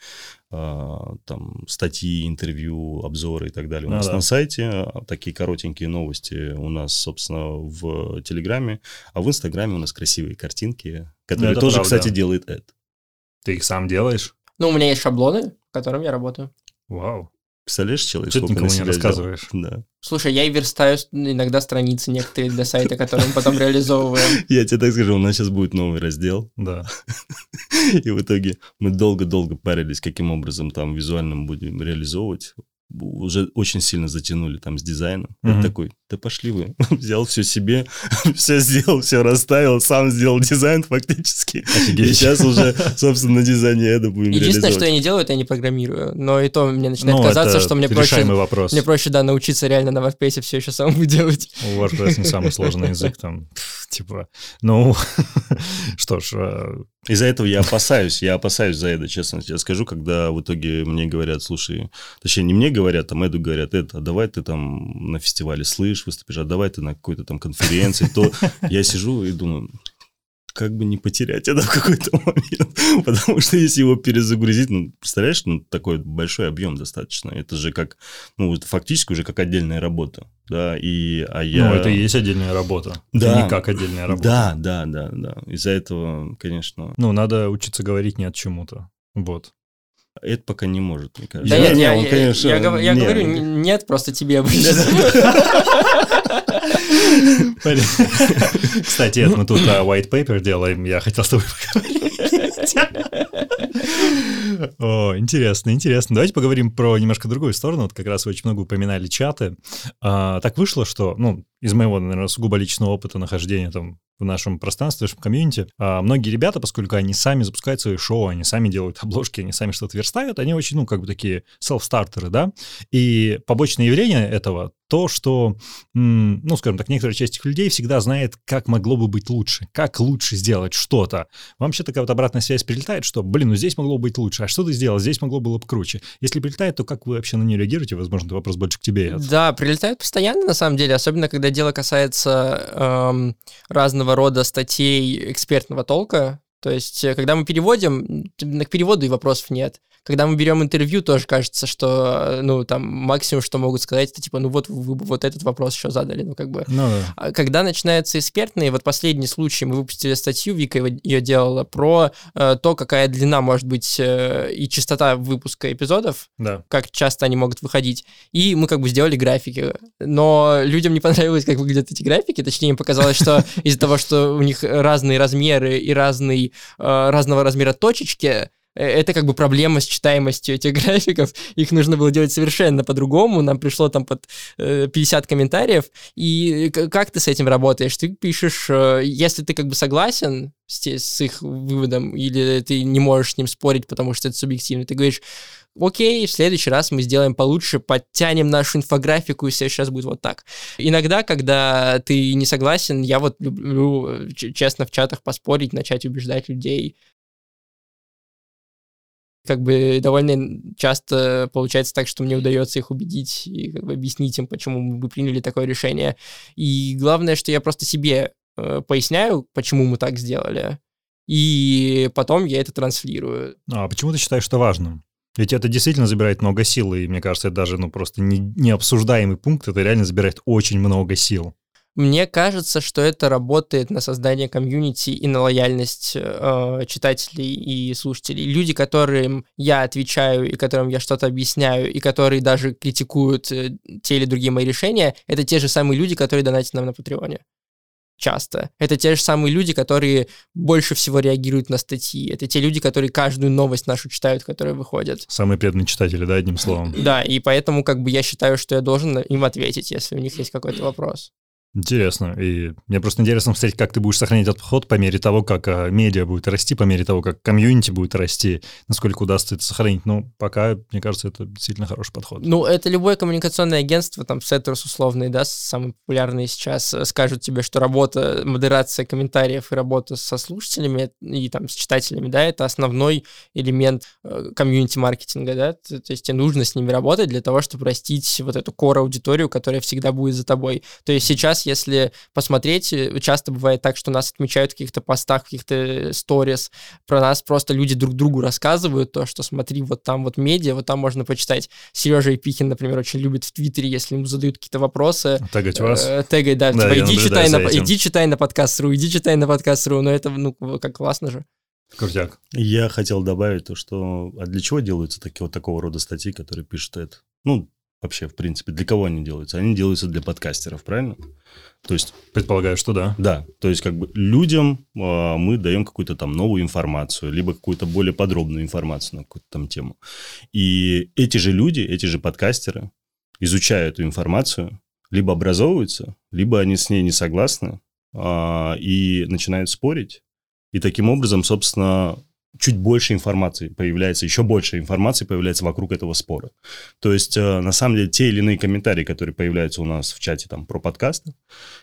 там статьи, интервью, обзоры и так далее у нас на сайте, такие коротенькие новости у нас, собственно, в Телеграме, а в Инстаграме у нас красивые картинки, которые тоже, правда. Кстати, делает Эд. Ты их сам делаешь? Ну, у меня есть шаблоны, в которых я работаю. Вау. Представляешь, человек, сколько никому не рассказываешь. Да. Слушай, я и верстаю иногда страницы некоторые для сайта, которые мы потом реализовываем. Я тебе так скажу, у нас сейчас будет новый раздел. Да. И в итоге мы долго-долго парились, каким образом там визуально мы будем реализовывать. Уже очень сильно затянули там с дизайном. Я такой, да пошли вы. Взял все себе, все сделал, все расставил, сам сделал дизайн фактически. Офигеть. И сейчас уже, собственно, на дизайне это будем реализовать. Единственное, что я не делаю, это я не программирую. Но и то мне начинает казаться, что мне проще, да, научиться реально на WordPress все еще самому делать. WordPress не самый сложный язык там. Типа, ну, что ж... Из-за этого я опасаюсь за это, честно тебе скажу, когда в итоге мне говорят, слушай, точнее, не мне говорят, там, Эду говорят, а давай ты там на фестивале «Слышь» выступишь, а давай ты на какой-то там конференции, то я сижу и думаю... как бы не потерять это в какой-то момент. Потому что если его перезагрузить, ну, представляешь, ну, такой большой объем достаточно. Это же как, ну, это фактически уже как отдельная работа. Да, Ну, это и есть отдельная работа. Да. Это не как отдельная работа. Да. Из-за этого, конечно... Ну, надо учиться говорить не от чему-то. Вот. Это пока не может, мне кажется. Да, я говорю, нет, просто тебе обычно. Кстати, мы тут white paper делаем, я хотел с тобой поговорить. О, интересно. Давайте поговорим про немножко другую сторону. Вот как раз вы очень много упоминали чаты. Так вышло, что, ну, из моего, наверное, сугубо личного опыта нахождения там в нашем пространстве, в нашем комьюнити, многие ребята, поскольку они сами запускают свои шоу, они сами делают обложки, они сами что-то верстают, они очень, ну, как бы такие селф-стартеры, да, и побочное явление этого то, что, ну, скажем так, некоторая часть этих людей всегда знает, как могло бы быть лучше, как лучше сделать что-то. Вам вообще такая вот обратная связь прилетает, что, ну здесь могло быть лучше, а что ты сделал, здесь могло было бы круче. Если прилетает, то как вы вообще на нее реагируете? Возможно, это вопрос больше к тебе. Да, прилетает постоянно, на самом деле, особенно когда дело касается разного рода статей экспертного толка. То есть, когда мы переводим, к переводу и вопросов нет. Когда мы берем интервью, тоже кажется, что, ну, там, максимум, что могут сказать, это типа, ну, вот вы вот этот вопрос еще задали, ну, как бы. Ну, да. А когда начинаются экспертные, вот последний случай, мы выпустили статью, Вика ее делала, про то, какая длина может быть и частота выпуска эпизодов, да. Как часто они могут выходить, и мы как бы сделали графики. Но людям не понравилось, как выглядят эти графики, точнее, им показалось, что из-за того, что у них разные размеры и разного размера точечки, это как бы проблема с читаемостью этих графиков. Их нужно было делать совершенно по-другому. Нам пришло там под 50 комментариев. И как ты с этим работаешь? Ты пишешь, если ты как бы согласен с их выводом, или ты не можешь с ним спорить, потому что это субъективно, ты говоришь, окей, в следующий раз мы сделаем получше, подтянем нашу инфографику, и в следующий раз будет вот так. Иногда, когда ты не согласен, я вот люблю честно в чатах поспорить, начать убеждать людей. Как бы довольно часто получается так, что мне удается их убедить и как бы объяснить им, почему мы приняли такое решение. И главное, что я просто себе поясняю, почему мы так сделали, и потом я это транслирую. А почему ты считаешь это важным? Ведь это действительно забирает много сил, и мне кажется, это даже просто необсуждаемый пункт, это реально забирает очень много сил. Мне кажется, что это работает на создание комьюнити и на лояльность читателей и слушателей. Люди, которым я отвечаю и которым я что-то объясняю, и которые даже критикуют те или другие мои решения, это те же самые люди, которые донатят нам на Патреоне. Часто. Это те же самые люди, которые больше всего реагируют на статьи. Это те люди, которые каждую новость нашу читают, которая выходит. Самые преданные читатели, да, одним словом. Да, и поэтому я считаю, что я должен им ответить, если у них есть какой-то вопрос. Интересно. И мне просто интересно посмотреть, как ты будешь сохранять этот подход по мере того, как медиа будет расти, по мере того, как комьюнити будет расти, насколько удастся это сохранить. Пока, мне кажется, это действительно хороший подход. Это любое коммуникационное агентство, там, Сеттерс условный, да, самый популярный сейчас, скажут тебе, что работа, модерация комментариев и работа со слушателями и там с читателями, да, это основной элемент комьюнити-маркетинга, да, то есть тебе нужно с ними работать для того, чтобы растить вот эту core-аудиторию, которая всегда будет за тобой. То есть сейчас, если посмотреть, часто бывает так, что нас отмечают в каких-то постах, в каких-то сторис, про нас просто люди друг другу рассказывают то, что смотри, вот там вот медиа, вот там можно почитать. Сережа Епихин, например, очень любит в Твиттере, если ему задают какие-то вопросы. Тегать вас? Тегать, да, типа, иди читай на подкаст.ру, иди читай на подкаст.ру, но это, как классно же. Крутяк. Я хотел добавить то, что... А для чего делаются такого рода статьи, которые пишут это? Вообще, в принципе, для кого они делаются? Они делаются для подкастеров, правильно? То есть... Предполагаю, что да. Да, то есть людям мы даем какую-то там новую информацию, либо какую-то более подробную информацию на какую-то там тему. И эти же люди, эти же подкастеры изучают эту информацию, либо образовываются, либо они с ней не согласны и начинают спорить. И таким образом, собственно... чуть больше информации появляется, еще больше информации появляется вокруг этого спора. То есть, на самом деле, те или иные комментарии, которые появляются у нас в чате там, про подкасты,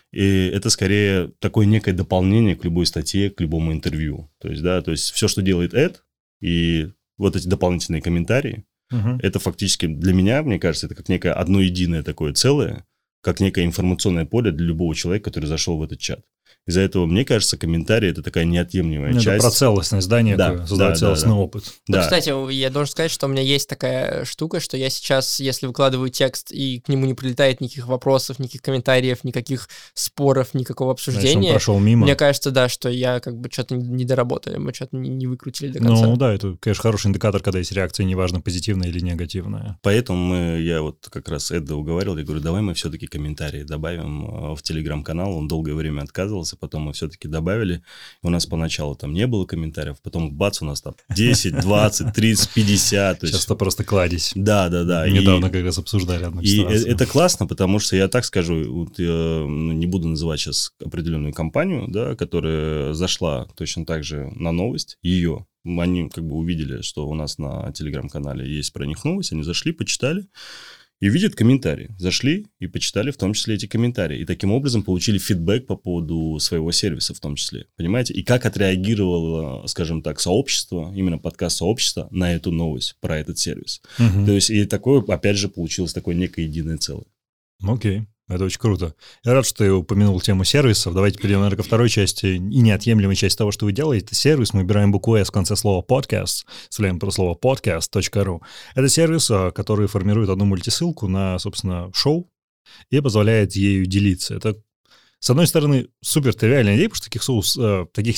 и это скорее такое некое дополнение к любой статье, к любому интервью. То есть все, что делает Эд, и вот эти дополнительные комментарии, это фактически для меня, мне кажется, это как некое одно единое такое целое, как некое информационное поле для любого человека, который зашел в этот чат. Из-за этого, мне кажется, комментарии – это такая неотъемлемая часть. Это про целостность, да, некую, создать целостный опыт. Да. Кстати, я должен сказать, что у меня есть такая штука, что я сейчас, если выкладываю текст, и к нему не прилетает никаких вопросов, никаких комментариев, никаких споров, никакого обсуждения, значит, он прошел мимо. Мне кажется, да, что я что-то не доработали, мы что-то не выкрутили до конца. Да, это, конечно, хороший индикатор, когда есть реакция, неважно, позитивная или негативная. Поэтому я вот как раз Эда уговаривал, я говорю, давай мы все-таки комментарии добавим в Телеграм-канал, он долгое время отказывался, потом мы все-таки добавили. У нас поначалу там не было комментариев, потом бац, у нас там 10, 20, 30, 50. Сейчас-то просто кладезь. Да. Недавно как раз обсуждали одну ситуацию. И это классно, потому что я так скажу, я не буду называть сейчас определенную компанию, да, которая зашла точно так же на новость, ее. Они увидели, что у нас на Телеграм-канале есть про них новость, они зашли, почитали. И видят комментарии. Зашли и почитали в том числе эти комментарии. И таким образом получили фидбэк по поводу своего сервиса в том числе. Понимаете? И как отреагировало, скажем так, сообщество, именно подкаст-сообщество на эту новость про этот сервис. То есть, и такое, опять же, получилось такое некое единое целое. Окей. Это очень круто. Я рад, что ты упомянул тему сервисов. Давайте перейдем, наверное, ко второй части и неотъемлемой части того, что вы делаете. Это сервис. Мы убираем букву «с» в конце слова «podcast», вставляем про слово podcast.ru. Это сервис, который формирует одну мультисылку на, собственно, шоу и позволяет ею делиться. Это, с одной стороны, супер тривиальная идея, потому что таких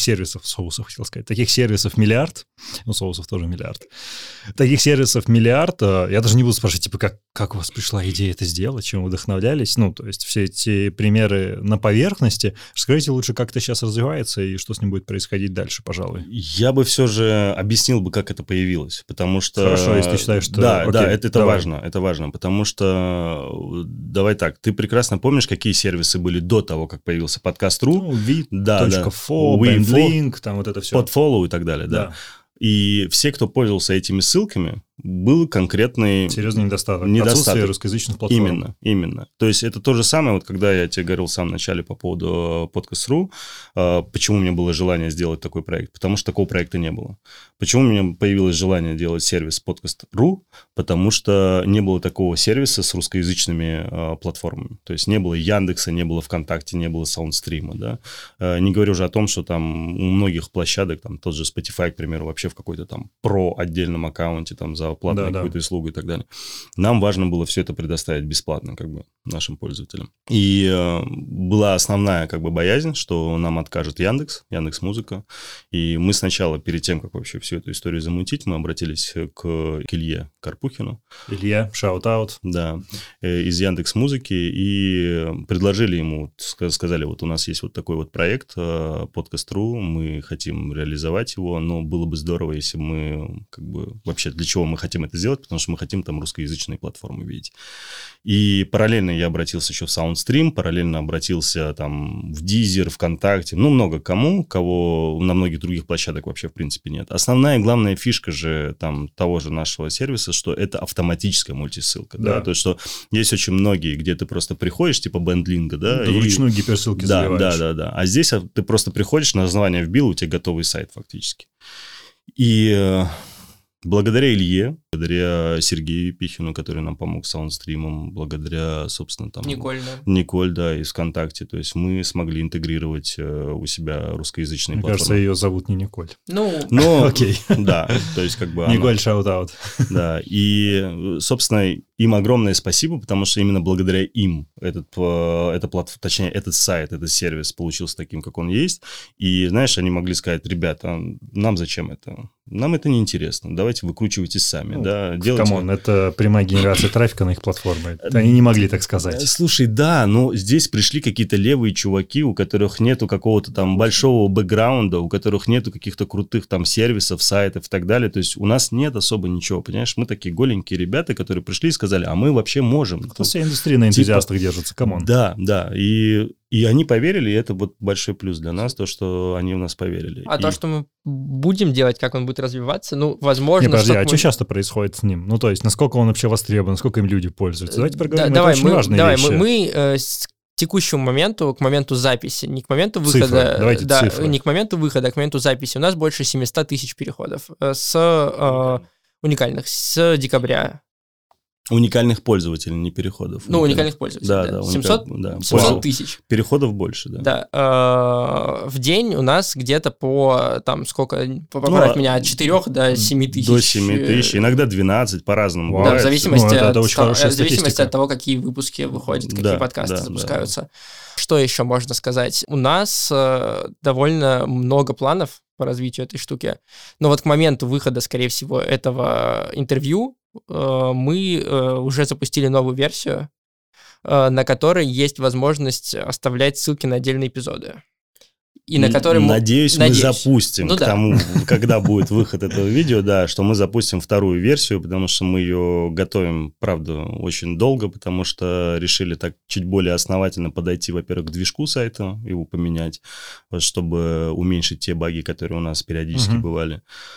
сервисов миллиард. Соусов тоже миллиард. Таких сервисов миллиард. Я даже не буду спрашивать, как у вас пришла идея это сделать, чем вы вдохновлялись. То есть все эти примеры на поверхности. Расскажите лучше, как это сейчас развивается и что с ним будет происходить дальше, пожалуй. Я бы все же объяснил как это появилось, потому что... Хорошо, если ты считаешь, что... Да, это важно, потому что, давай так, ты прекрасно помнишь, какие сервисы были до того, как появился подкаст.ру? Vid.fo, BandLink, там вот это все. Podfollow и так далее, да. И все, кто пользовался этими ссылками, был конкретный... Серьезный недостаток. Отсутствие русскоязычных платформ. Именно. То есть это то же самое, вот когда я тебе говорил в самом начале по поводу Podcast.ru, почему у меня было желание сделать такой проект? Потому что такого проекта не было. Почему у меня появилось желание делать сервис Podcast.ru? Потому что не было такого сервиса с русскоязычными платформами. То есть не было Яндекса, не было ВКонтакте, не было Саундстрима, да. Не говорю уже о том, что там у многих площадок, там тот же Spotify, к примеру, вообще в какой-то там про отдельном аккаунте там за за платную какую-то услугу и так далее. Нам важно было все это предоставить бесплатно как бы нашим пользователям. И была основная как бы боязнь, что нам откажет Яндекс.Музыка. И мы сначала, перед тем, как вообще всю эту историю замутить, мы обратились к Илье Карпухину. Илья, shout-out. Да, из Яндекс.Музыки. И предложили ему, сказали, вот у нас есть вот такой вот проект Podcast.ru, мы хотим реализовать его, но было бы здорово, если мы как бы... Вообще, для чего мы хотим это сделать? Потому что мы хотим там русскоязычные платформы видеть. И параллельно я обратился еще в SoundStream, параллельно обратился там в Deezer, ВКонтакте, много кого на многих других площадок вообще в принципе нет. Основная и главная фишка же там того же нашего сервиса, что это автоматическая мультисылка, да, то есть что есть очень многие, где ты просто приходишь, типа бендлинга, да, и вручную гиперссылки заливаешь. Да. А здесь ты просто приходишь, название вбил, у тебя готовый сайт фактически. И благодаря Илье, благодаря Сергею Пихину, который нам помог с саундстримом, благодаря, собственно, там... Николь, да, из ВКонтакте. То есть мы смогли интегрировать у себя русскоязычные платформы. Мне кажется, ее зовут не Николь. Окей. Да, то есть как бы... Николь, shout-out. Да, и, собственно, им огромное спасибо, потому что именно благодаря им этот сайт, этот сервис получился таким, как он есть. И, знаешь, они могли сказать: ребята, нам зачем это? Нам это неинтересно, давайте выкручивайтесь сами. Да, камон, это прямая генерация трафика на их платформе. Они не могли так сказать. Слушай, да, но здесь пришли какие-то левые чуваки, у которых нету какого-то там большого бэкграунда, у которых нету каких-то крутых там сервисов, сайтов и так далее. То есть у нас нет особо ничего, понимаешь? Мы такие голенькие ребята, которые пришли и сказали: а мы вообще можем. Вся индустрия на энтузиастах держится, камон. Да. И они поверили, и это вот большой плюс для нас, то, что они в нас поверили. То, что мы будем делать, как он будет развиваться, возможно... Подожди, что часто происходит с ним? То есть, насколько он вообще востребован, насколько им люди пользуются? Давайте поговорим, это очень важная вещь. Мы к текущему моменту, к моменту записи, не к моменту выхода... Цифры, давайте цифры. Не к моменту выхода, а к моменту записи. У нас больше 700 тысяч переходов уникальных с декабря. Уникальных пользователей, не переходов. Уникальных пользователей, да. 700 тысяч. Переходов больше, да. Да. В день у нас где-то поправь меня, от 4 до 7 тысяч. До 7 тысяч, иногда 12, по-разному. Да, в зависимости от того, какие выпуски выходят, какие подкасты запускаются. Что еще можно сказать? У нас довольно много планов по развитию этой штуки. Но вот к моменту выхода, скорее всего, этого интервью мы уже запустили новую версию, на которой есть возможность оставлять ссылки на отдельные эпизоды. И на который Надеюсь, мы запустим тому, когда будет выход этого видео, да, что мы запустим вторую версию, потому что мы ее готовим, правда, очень долго, потому что решили так чуть более основательно подойти, во-первых, к движку сайта, его поменять, чтобы уменьшить те баги, которые у нас периодически бывали.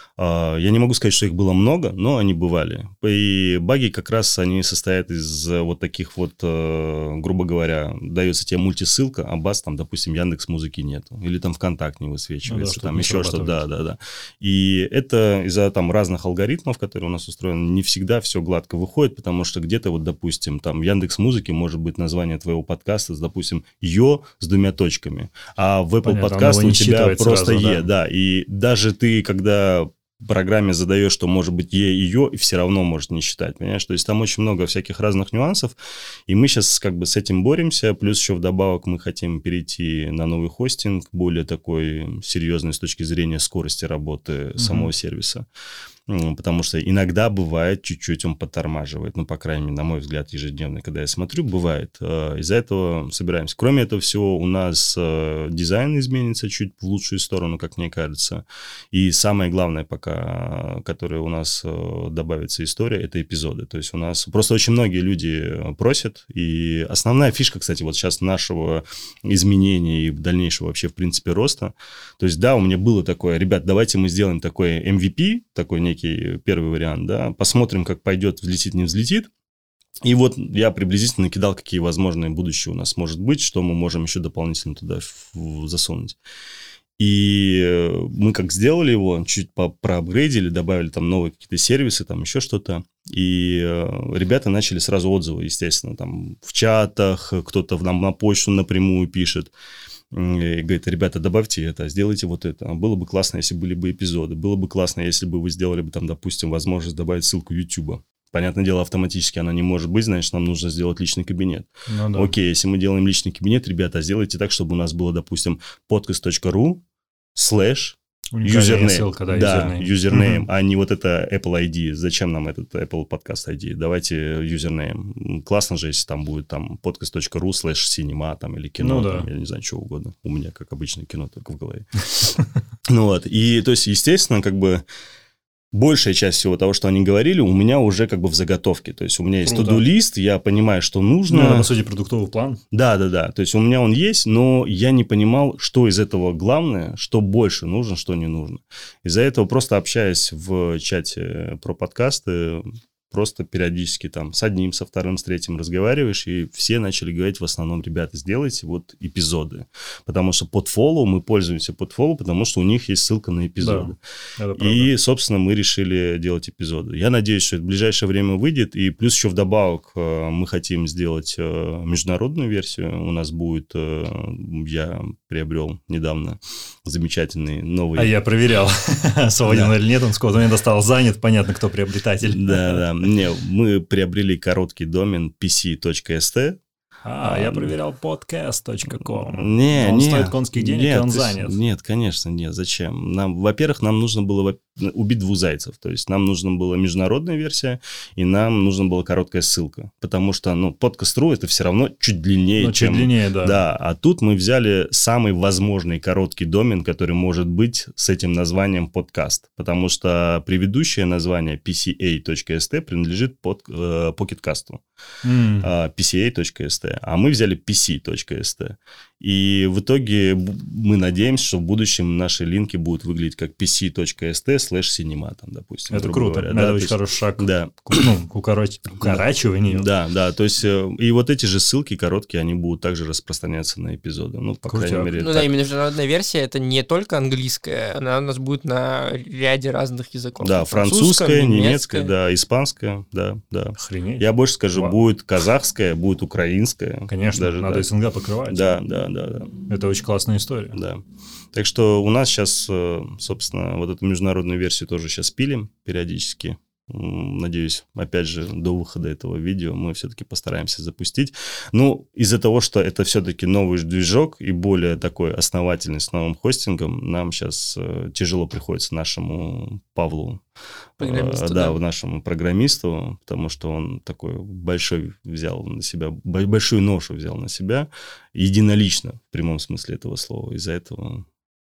Я не могу сказать, что их было много, но они бывали. И баги как раз они состоят из вот таких вот, грубо говоря, дается тебе мультисылка, а баз там, допустим, Яндекс.Музыки нету. Или там ВКонтакт не высвечивается, там еще что-то, да. И это из-за там разных алгоритмов, которые у нас устроены, не всегда все гладко выходит, потому что где-то вот, допустим, там в Яндекс.Музыке может быть название твоего подкаста, допустим, «Ё» с 2 точками, а в Apple подкаст у тебя просто сразу, «Е», да. И даже ты, когда программе задаешь, что может быть «е» и «ё», и все равно может не считать, понимаешь? То есть там очень много всяких разных нюансов, и мы сейчас как бы с этим боремся, плюс еще вдобавок мы хотим перейти на новый хостинг, более такой серьезный с точки зрения скорости работы самого сервиса. Потому что иногда бывает, чуть-чуть он подтормаживает, по крайней мере, на мой взгляд, ежедневно, когда я смотрю, бывает. Из-за этого собираемся. Кроме этого всего, у нас дизайн изменится чуть в лучшую сторону, как мне кажется. И самое главное пока, которое у нас добавится история, это эпизоды. То есть у нас просто очень многие люди просят, и основная фишка, кстати, вот сейчас нашего изменения и дальнейшего вообще, в принципе, роста. То есть, да, у меня было такое: ребят, давайте мы сделаем такой MVP, такой некий первый вариант, да, посмотрим, как пойдет, взлетит, не взлетит. И вот я приблизительно накидал, какие возможные будущее у нас может быть, что мы можем еще дополнительно туда засунуть. И мы как сделали его, чуть проапгрейдили, добавили там новые какие-то сервисы, там еще что-то. И ребята начали сразу отзывы, естественно, там в чатах, кто-то нам на почту напрямую пишет. и говорит: ребята, добавьте это, сделайте вот это. Было бы классно, если были бы эпизоды. Было бы классно, если бы вы сделали бы там, допустим, возможность добавить ссылку YouTube. Понятное дело, автоматически она не может быть, значит, нам нужно сделать личный кабинет. Ну, да. Окей, если мы делаем личный кабинет, ребята, сделайте так, чтобы у нас было, допустим, podcast.ru/ Уникальная ссылка, да, юзернейм, а не вот это Apple ID. Зачем нам этот Apple Podcast ID? Давайте юзернейм. Классно же, если там будет там podcast.ru/cinema там, или кино, там, я не знаю, что угодно. У меня, как обычно, кино только в голове. Ну вот, и то есть, естественно, как бы большая часть всего того, что они говорили, у меня уже как бы в заготовке. То есть, у меня есть to-do-лист, я понимаю, что нужно. Ну, это, по сути, продуктовый план. Да. То есть, у меня он есть, но я не понимал, что из этого главное, что больше нужно, что не нужно. Из-за этого, просто общаясь в чате про подкасты, просто периодически там с одним, со вторым, с третьим разговариваешь, и все начали говорить в основном: ребята, сделайте вот эпизоды. Потому что Podfollow, мы пользуемся Podfollow, потому что у них есть ссылка на эпизоды. Да, и, собственно, мы решили делать эпизоды. Я надеюсь, что это в ближайшее время выйдет, и плюс еще вдобавок мы хотим сделать международную версию. У нас будет, я приобрел недавно замечательный новый... А я проверял, свободен или нет, он с кодом мне стал занят, понятно, кто приобретатель. Да. Не, мы приобрели короткий домен pc.st. Я проверял podcast.com. Он стоит конских денег, и он занят. Нет, конечно, нет. Зачем? Во-первых, нам нужно было убить двух зайцев. То есть, нам нужна была международная версия, и нам нужна была короткая ссылка. Потому что, podcast.ru это все равно чуть длиннее, чем... чуть длиннее, да. Да, а тут мы взяли самый возможный короткий домен, который может быть с этим названием подкаст. Потому что предыдущее название pca.st принадлежит Pocketcast. pca.st. А мы взяли pc.st. И в итоге мы надеемся, что в будущем наши линки будут выглядеть как pc.st/cinema, там, допустим. Это круто. Говоря. Это очень хороший шаг. Да. К укорачиванию. Да. То есть, и вот эти же ссылки короткие, они будут также распространяться на эпизоды. По крайней мере, да, и международная версия — это не только английская, она у нас будет на ряде разных языков. Да, французская, немецкая, да, испанская, да. Охренеть. Я больше скажу, будет казахская, будет украинская. Конечно, даже надо СНГ покрывать. Да. Это очень классная история. Да. Так что у нас сейчас, собственно, вот эту международную версию тоже сейчас пилим периодически. Надеюсь, опять же, до выхода этого видео мы все-таки постараемся запустить. Из-за того, что это все-таки новый движок и более такой основательный с новым хостингом, нам сейчас тяжело приходится нашему Павлу, нашему программисту, потому что он такой большую ношу взял на себя, единолично, в прямом смысле этого слова. Из-за этого...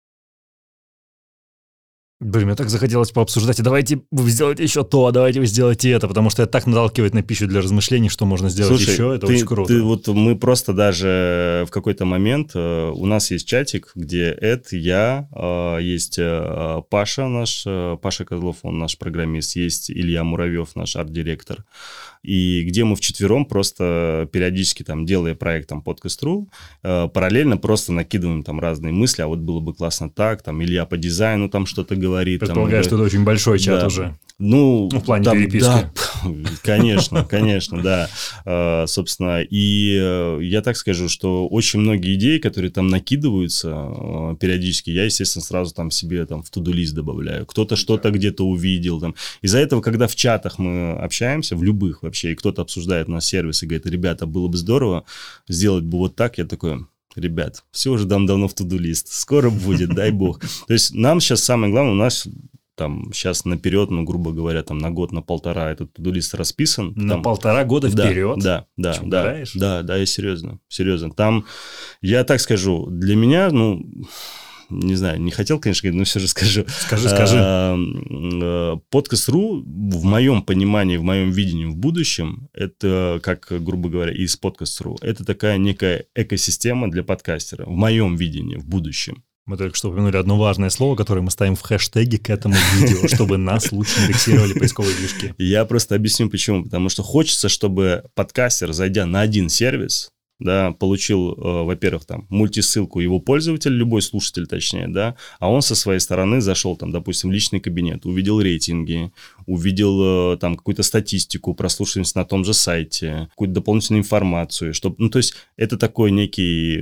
Блин, мне так захотелось пообсуждать, давайте вы сделаете еще то, давайте вы сделаете это, потому что это так наталкивает на пищу для размышлений, что можно сделать еще, это очень круто. Мы просто даже в какой-то момент, у нас есть чатик, где я, есть Паша Паша Козлов, он наш программист, есть Илья Муравьев, наш арт-директор, и где мы вчетвером просто периодически там, делая проект там Podcast.ru, параллельно просто накидываем там разные мысли, а вот было бы классно так, там Илья по дизайну там что-то говорит. Предполагаю, что это очень большой чат уже. В плане переписки. Да, конечно, да. Собственно, и я так скажу, что очень многие идеи, которые там накидываются периодически, я, естественно, сразу там себе там в to-do-лист добавляю. Кто-то что-то где-то увидел. Там. Из-за этого, когда в чатах мы общаемся, в любых вообще, и кто-то обсуждает наш сервис и говорит: ребята, было бы здорово сделать бы вот так, я такой... Ребят, все уже давно в to-do-лист. Скоро будет, дай бог. То есть нам сейчас самое главное, у нас там сейчас наперед, грубо говоря, там на год, на полтора этот to-do-лист расписан. На полтора года вперед? Да, я серьезно. Там, я так скажу, для меня, не знаю, не хотел, конечно, говорить, но все же скажу. Скажи. Podcast.ru в моем понимании, в моем видении в будущем, это, как, грубо говоря, из Podcast.ru, это такая некая экосистема для подкастера, в моем видении в будущем. Мы только что упомянули одно важное слово, которое мы ставим в хэштеге к этому видео, чтобы нас лучше индексировали поисковые движки. Я просто объясню, почему. Потому что хочется, чтобы подкастер, зайдя на один сервис, да, получил, во-первых, там, мультисылку его пользователь, любой слушатель, точнее, да, а он со своей стороны зашел, там, допустим, в личный кабинет, увидел рейтинги, увидел там какую-то статистику, прослушиваемость на том же сайте, какую-то дополнительную информацию, чтобы, то есть, это такой некий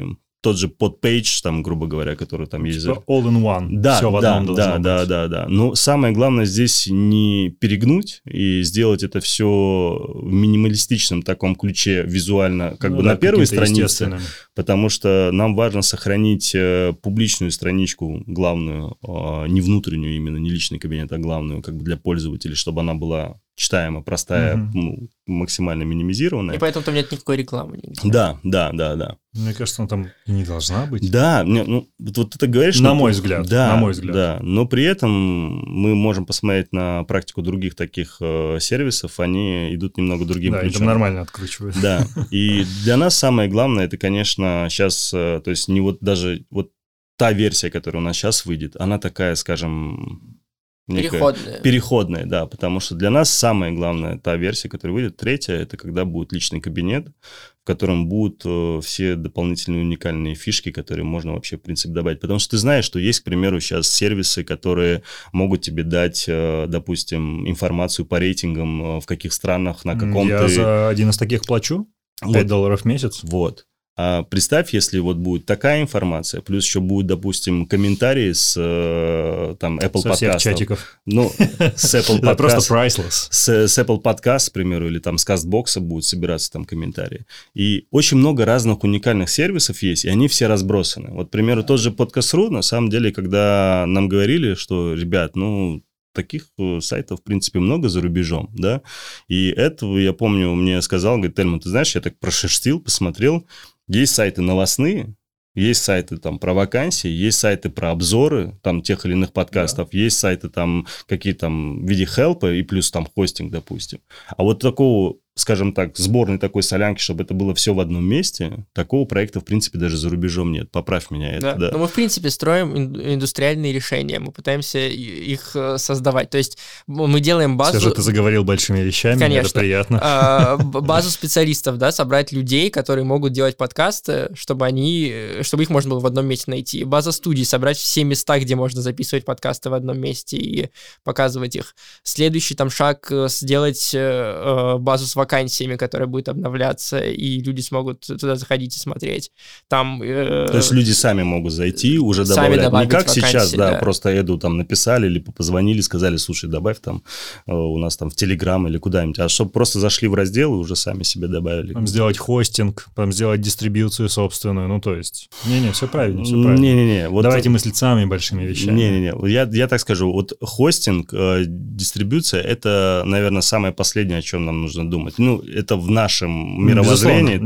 тот же подпейдж, там, грубо говоря, который там есть. Типа all in one. Да, все в одном должно быть. Да. Но самое главное здесь не перегнуть и сделать это все в минималистичном таком ключе визуально, как бы на первой странице, потому что нам важно сохранить публичную страничку главную, не внутреннюю именно, не личный кабинет, а главную, как бы для пользователей, чтобы она была читаема, простая, максимально минимизированная. И поэтому там нет никакой рекламы нигде. Да. Мне кажется, она там и не должна быть. Да, ну, вот ты говоришь... На мой взгляд. Да, но при этом мы можем посмотреть на практику других таких сервисов, они идут немного другим ключом. Да, там нормально откручивают. Да, и для нас самое главное, это, конечно, сейчас, то есть не вот даже вот та версия, которая у нас сейчас выйдет, она такая, скажем... Переходная, да, потому что для нас самая главная та версия, которая выйдет, третья, это когда будет личный кабинет, в котором будут все дополнительные уникальные фишки, которые можно вообще, в принципе, добавить. Потому что ты знаешь, что есть, к примеру, сейчас сервисы, которые могут тебе дать, допустим, информацию по рейтингам, в каких странах, на каком Я за один из таких плачу, $5 в месяц. Вот. А представь, если вот будет такая информация, плюс еще будет, допустим, комментарии с там Apple Со всех подкастов. чатиков. Ну, с Apple Это просто подкаст. priceless. С Apple подкаст, к примеру, или там с Castbox будут собираться там комментарии. И очень много разных уникальных сервисов есть, и они все разбросаны. Вот, к примеру, тот же Podcast.ru, на самом деле, когда нам говорили, что, ребят, ну, таких сайтов, в принципе, много за рубежом, да, и этого, я помню, мне сказал, говорит, Тельман, ты знаешь, я так прошерстил, посмотрел, есть сайты новостные, есть сайты там про вакансии, есть сайты про обзоры там тех или иных подкастов, есть сайты там какие-то там в виде хелпа и плюс там хостинг, допустим. А вот такого, скажем так, сборной такой солянки, чтобы это было все в одном месте, такого проекта, в принципе, даже за рубежом нет. Поправь меня это. Да. Но мы, в принципе, строим индустриальные решения, мы пытаемся их создавать. То есть мы делаем базу... Все же ты заговорил большими вещами, конечно, это приятно. Базу специалистов, да, собрать людей, которые могут делать подкасты, чтобы их можно было в одном месте найти. База студий, собрать все места, где можно записывать подкасты в одном месте и показывать их. Следующий там шаг — сделать базу с вакансиями, которая будет обновляться, и люди смогут туда заходить и смотреть. Там, То есть люди сами могут зайти, уже добавлять. Не как вакансии, сейчас, да, просто Эду там написали или позвонили, сказали, слушай, добавь там у нас там в Телеграм или куда-нибудь, а чтобы просто зашли в раздел и уже сами себе добавили. Там сделать хостинг, там сделать дистрибьюцию собственную, ну то есть... Не-не, все правильно, все правильно. Не-не-не. Вот давайте мыслить самыми большими вещами. Не-не-не, я так скажу, вот хостинг, дистрибьюция, это, наверное, самое последнее, о чем нам нужно думать. Ну, это в нашем мировоззрении,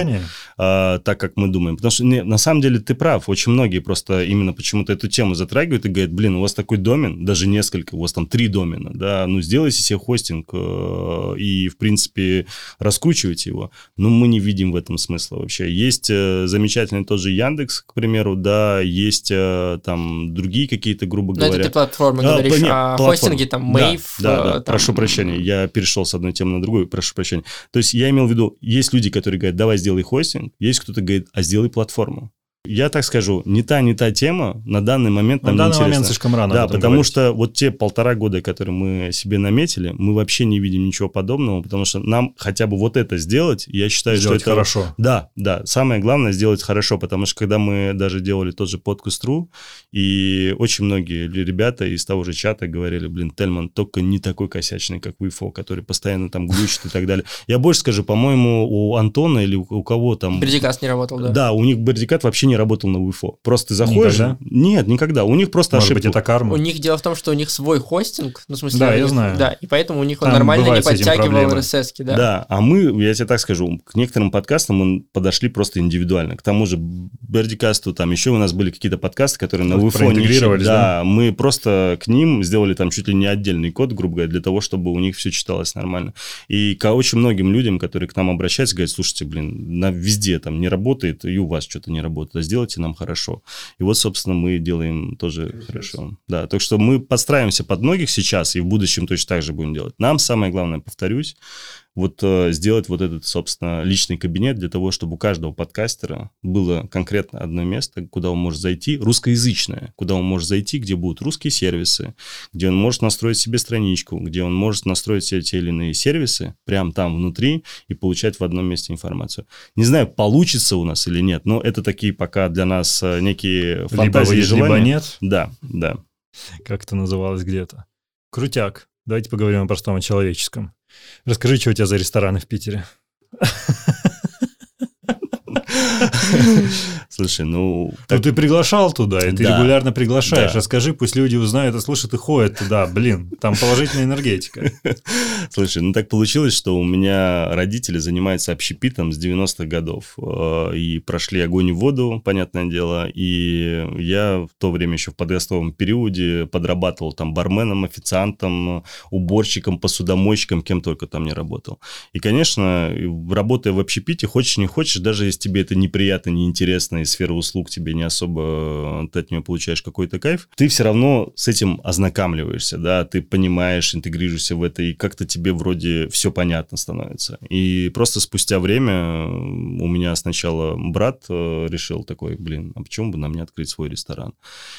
так как мы думаем. Потому что, на самом деле, ты прав, очень многие просто именно почему-то эту тему затрагивают и говорят, блин, у вас такой домен, даже несколько, у вас там 3 домена, да, ну, сделайте себе хостинг и, в принципе, раскручивайте его. Но мы не видим в этом смысла вообще. Есть замечательный тот же Яндекс, к примеру, да, есть там другие какие-то, грубо говоря... это ты платформы говоришь, хостинги, там, Wave... Да, прошу прощения, я перешел с одной темы на другую, прошу прощения. То есть я имел в виду, есть люди, которые говорят, давай сделай хостинг, есть кто-то говорит, а сделай платформу. Я так скажу, не та тема на данный момент нам не интересна. На данный момент слишком рано. Да, потому говорить. Что вот те 1,5 года, которые мы себе наметили, мы вообще не видим ничего подобного, потому что нам хотя бы вот это сделать, я считаю, сделать что это... хорошо. Да, самое главное сделать хорошо, потому что когда мы даже делали тот же Podcast.ru, и очень многие ребята из того же чата говорили, блин, Тельман только не такой косячный, как Wifo, который постоянно там глючит и так далее. Я больше скажу, по-моему, у Антона или у кого там... Бердикаст не работал, да? Да, у них Бердикат вообще не работал на Wi-Fi. Просто ты заходишь... Никогда? Нет, никогда. У них просто ошибка. Может быть, это карма? У них дело в том, что у них свой хостинг, ну, в смысле... Да, я знаю. Да, и поэтому у них он нормально не подтягивал RSS-ки, да. Да, а мы, я тебе так скажу, к некоторым подкастам мы подошли просто индивидуально. К тому же Бердикасту, там еще у нас были какие-то подкасты, которые на Wi-Fi интегрировались, да, мы просто к ним сделали там чуть ли не отдельный код, грубо говоря, для того, чтобы у них все читалось нормально. И к очень многим людям, которые к нам обращаются, говорят, слушайте, блин, везде там не работает, и у вас что-то не работает, а сделайте нам хорошо. И вот, собственно, мы делаем тоже хорошо. Да, так что мы подстраиваемся под многих сейчас, и в будущем точно так же будем делать. Нам самое главное, повторюсь, вот сделать вот этот, собственно, личный кабинет для того, чтобы у каждого подкастера было конкретно одно место, куда он может зайти, русскоязычное, куда он может зайти, где будут русские сервисы, где он может настроить себе страничку, где он может настроить себе те или иные сервисы прямо там внутри и получать в одном месте информацию. Не знаю, получится у нас или нет, но это такие пока для нас некие фантазии и желания. Либо нет? Да, да. Как это называлось где-то. Крутяк. Давайте поговорим о простом, о человеческом. Расскажи, что у тебя за рестораны в Питере. Слушай, ну... ты приглашал туда, и ты регулярно приглашаешь. Да. Расскажи, пусть люди узнают, и слушают, и ходят туда. Блин, там положительная энергетика. Слушай, ну так получилось, что у меня родители занимаются общепитом с 90-х годов. И прошли огонь и воду, понятное дело. И я в то время еще в подростковом периоде подрабатывал там барменом, официантом, уборщиком, посудомойщиком, кем только там не работал. И, конечно, работая в общепите, хочешь не хочешь, даже если тебе это неприятно, неинтересно, и сфера услуг тебе не особо, ты от нее получаешь какой-то кайф, ты все равно с этим ознакомливаешься, да, ты понимаешь, интегрируешься в это, и как-то тебе вроде все понятно становится. И просто спустя время у меня сначала брат решил такой, а почему бы нам не открыть свой ресторан?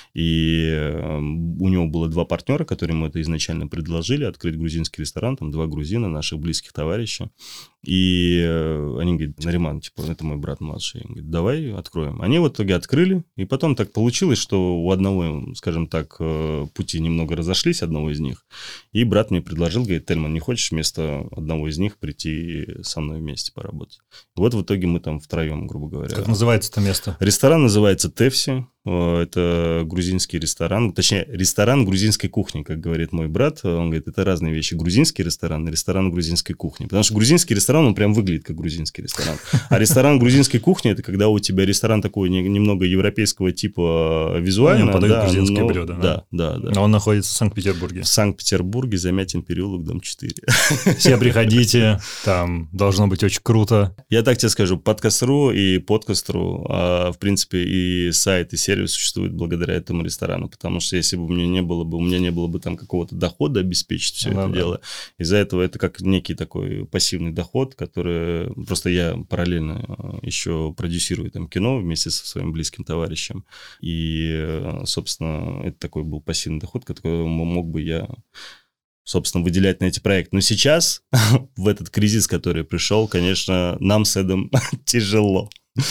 И у него было 2 партнера, которые ему это изначально предложили, открыть грузинский ресторан, там 2 грузина, наших близких товарища. И они говорят, Нариман, это мой брат младший. Он говорит, давай откроем. Они в итоге открыли, и потом так получилось, что у одного, скажем так, пути немного разошлись, одного из них. И брат мне предложил, говорит, Тельман, не хочешь вместо одного из них прийти со мной вместе поработать? Вот в итоге мы там втроем, грубо говоря. Как называется это место? Ресторан называется Тефси. Это грузинский ресторан, точнее, ресторан грузинской кухни, как говорит мой брат. Он говорит, это разные вещи. Грузинский ресторан и ресторан грузинской кухни. Потому что грузинский ресторан, он прям выглядит как грузинский ресторан. А ресторан грузинской кухни, это когда у тебя ресторан такой немного европейского типа визуально. Подают грузинское блюдо. Да. А он находится в Санкт-Петербурге. В Санкт-Петербурге, Замятин переулок, дом 4. Все приходите, там должно быть очень круто. Я так тебе скажу, подкаст.ру и подкаст.ру, в принципе, и сайт, и сервис существует благодаря этому ресторану, потому что если бы у меня не было бы там какого-то дохода обеспечить все это дело, из-за этого это как некий такой пассивный доход, который просто я параллельно еще продюсирую там кино вместе со своим близким товарищем, и, собственно, это такой был пассивный доход, который мог бы я, собственно, выделять на эти проекты. Но сейчас, в этот кризис, который пришел, конечно, нам с Эдом тяжело.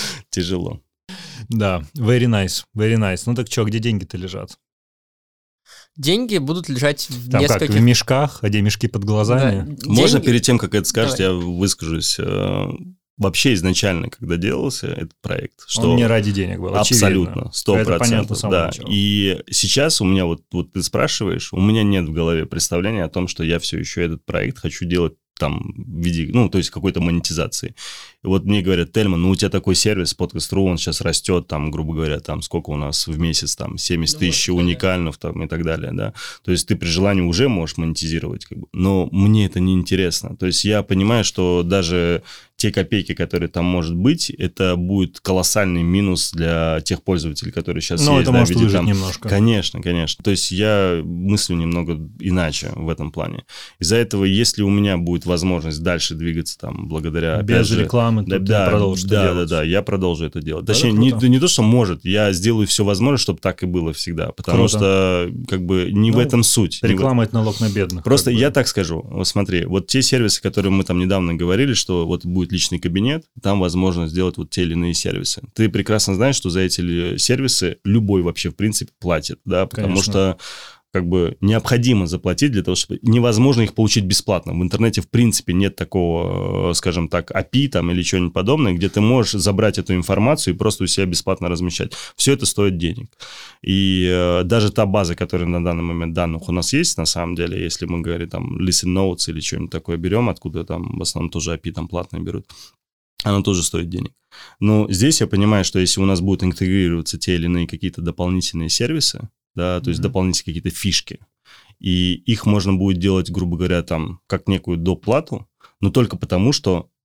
Да, very nice. Ну так что, где деньги-то лежат? Деньги будут лежать в там нескольких... Как, в мешках, а где мешки под глазами? Да, Можно деньги... перед тем, как это скажешь, Давай. я выскажусь. Вообще изначально, когда делался этот проект, что... Он не ради денег был, абсолютно, 100%. Это понятно с самого начала. И сейчас у меня, вот ты спрашиваешь, у меня нет в голове представления о том, что я все еще этот проект хочу делать там в виде, то есть какой-то монетизации. И вот мне говорят, Тельман, у тебя такой сервис, подкаст.ру, он сейчас растет, там, грубо говоря, там, сколько у нас в месяц, там, 70 тысяч уникальных, там, и так далее, да. То есть ты при желании уже можешь монетизировать, но мне это не интересно. То есть я понимаю, что даже те копейки, которые там может быть, это будет колоссальный минус для тех пользователей, которые сейчас есть. Это может выжить немножко. Конечно. То есть я мыслю немного иначе в этом плане. Из-за этого, если у меня будет возможность дальше двигаться там благодаря... Без рекламы ты продолжишь это делать. Да, я продолжу это делать. Точнее, не то, что может, я сделаю все возможное, чтобы так и было всегда. Потому что не в этом суть. Реклама – это налог на бедных. Просто я так скажу. Вот смотри, вот те сервисы, которые мы там недавно говорили, что вот будет личный кабинет, там возможно сделать вот те или иные сервисы. Ты прекрасно знаешь, что за эти сервисы любой вообще в принципе платит, да, потому что необходимо заплатить для того, чтобы... Невозможно их получить бесплатно. В интернете, в принципе, нет такого, скажем так, API там или чего-нибудь подобное, где ты можешь забрать эту информацию и просто у себя бесплатно размещать. Все это стоит денег. И даже та база, которая на данный момент данных у нас есть, на самом деле, если мы говорим там Listen Notes или что-нибудь такое берем, откуда там в основном тоже API там платные берут, она тоже стоит денег. Но здесь я понимаю, что если у нас будут интегрироваться те или иные какие-то дополнительные сервисы, да, то есть дополнительные какие-то фишки, и их можно будет делать, грубо говоря, там, как некую доплату, но только потому, что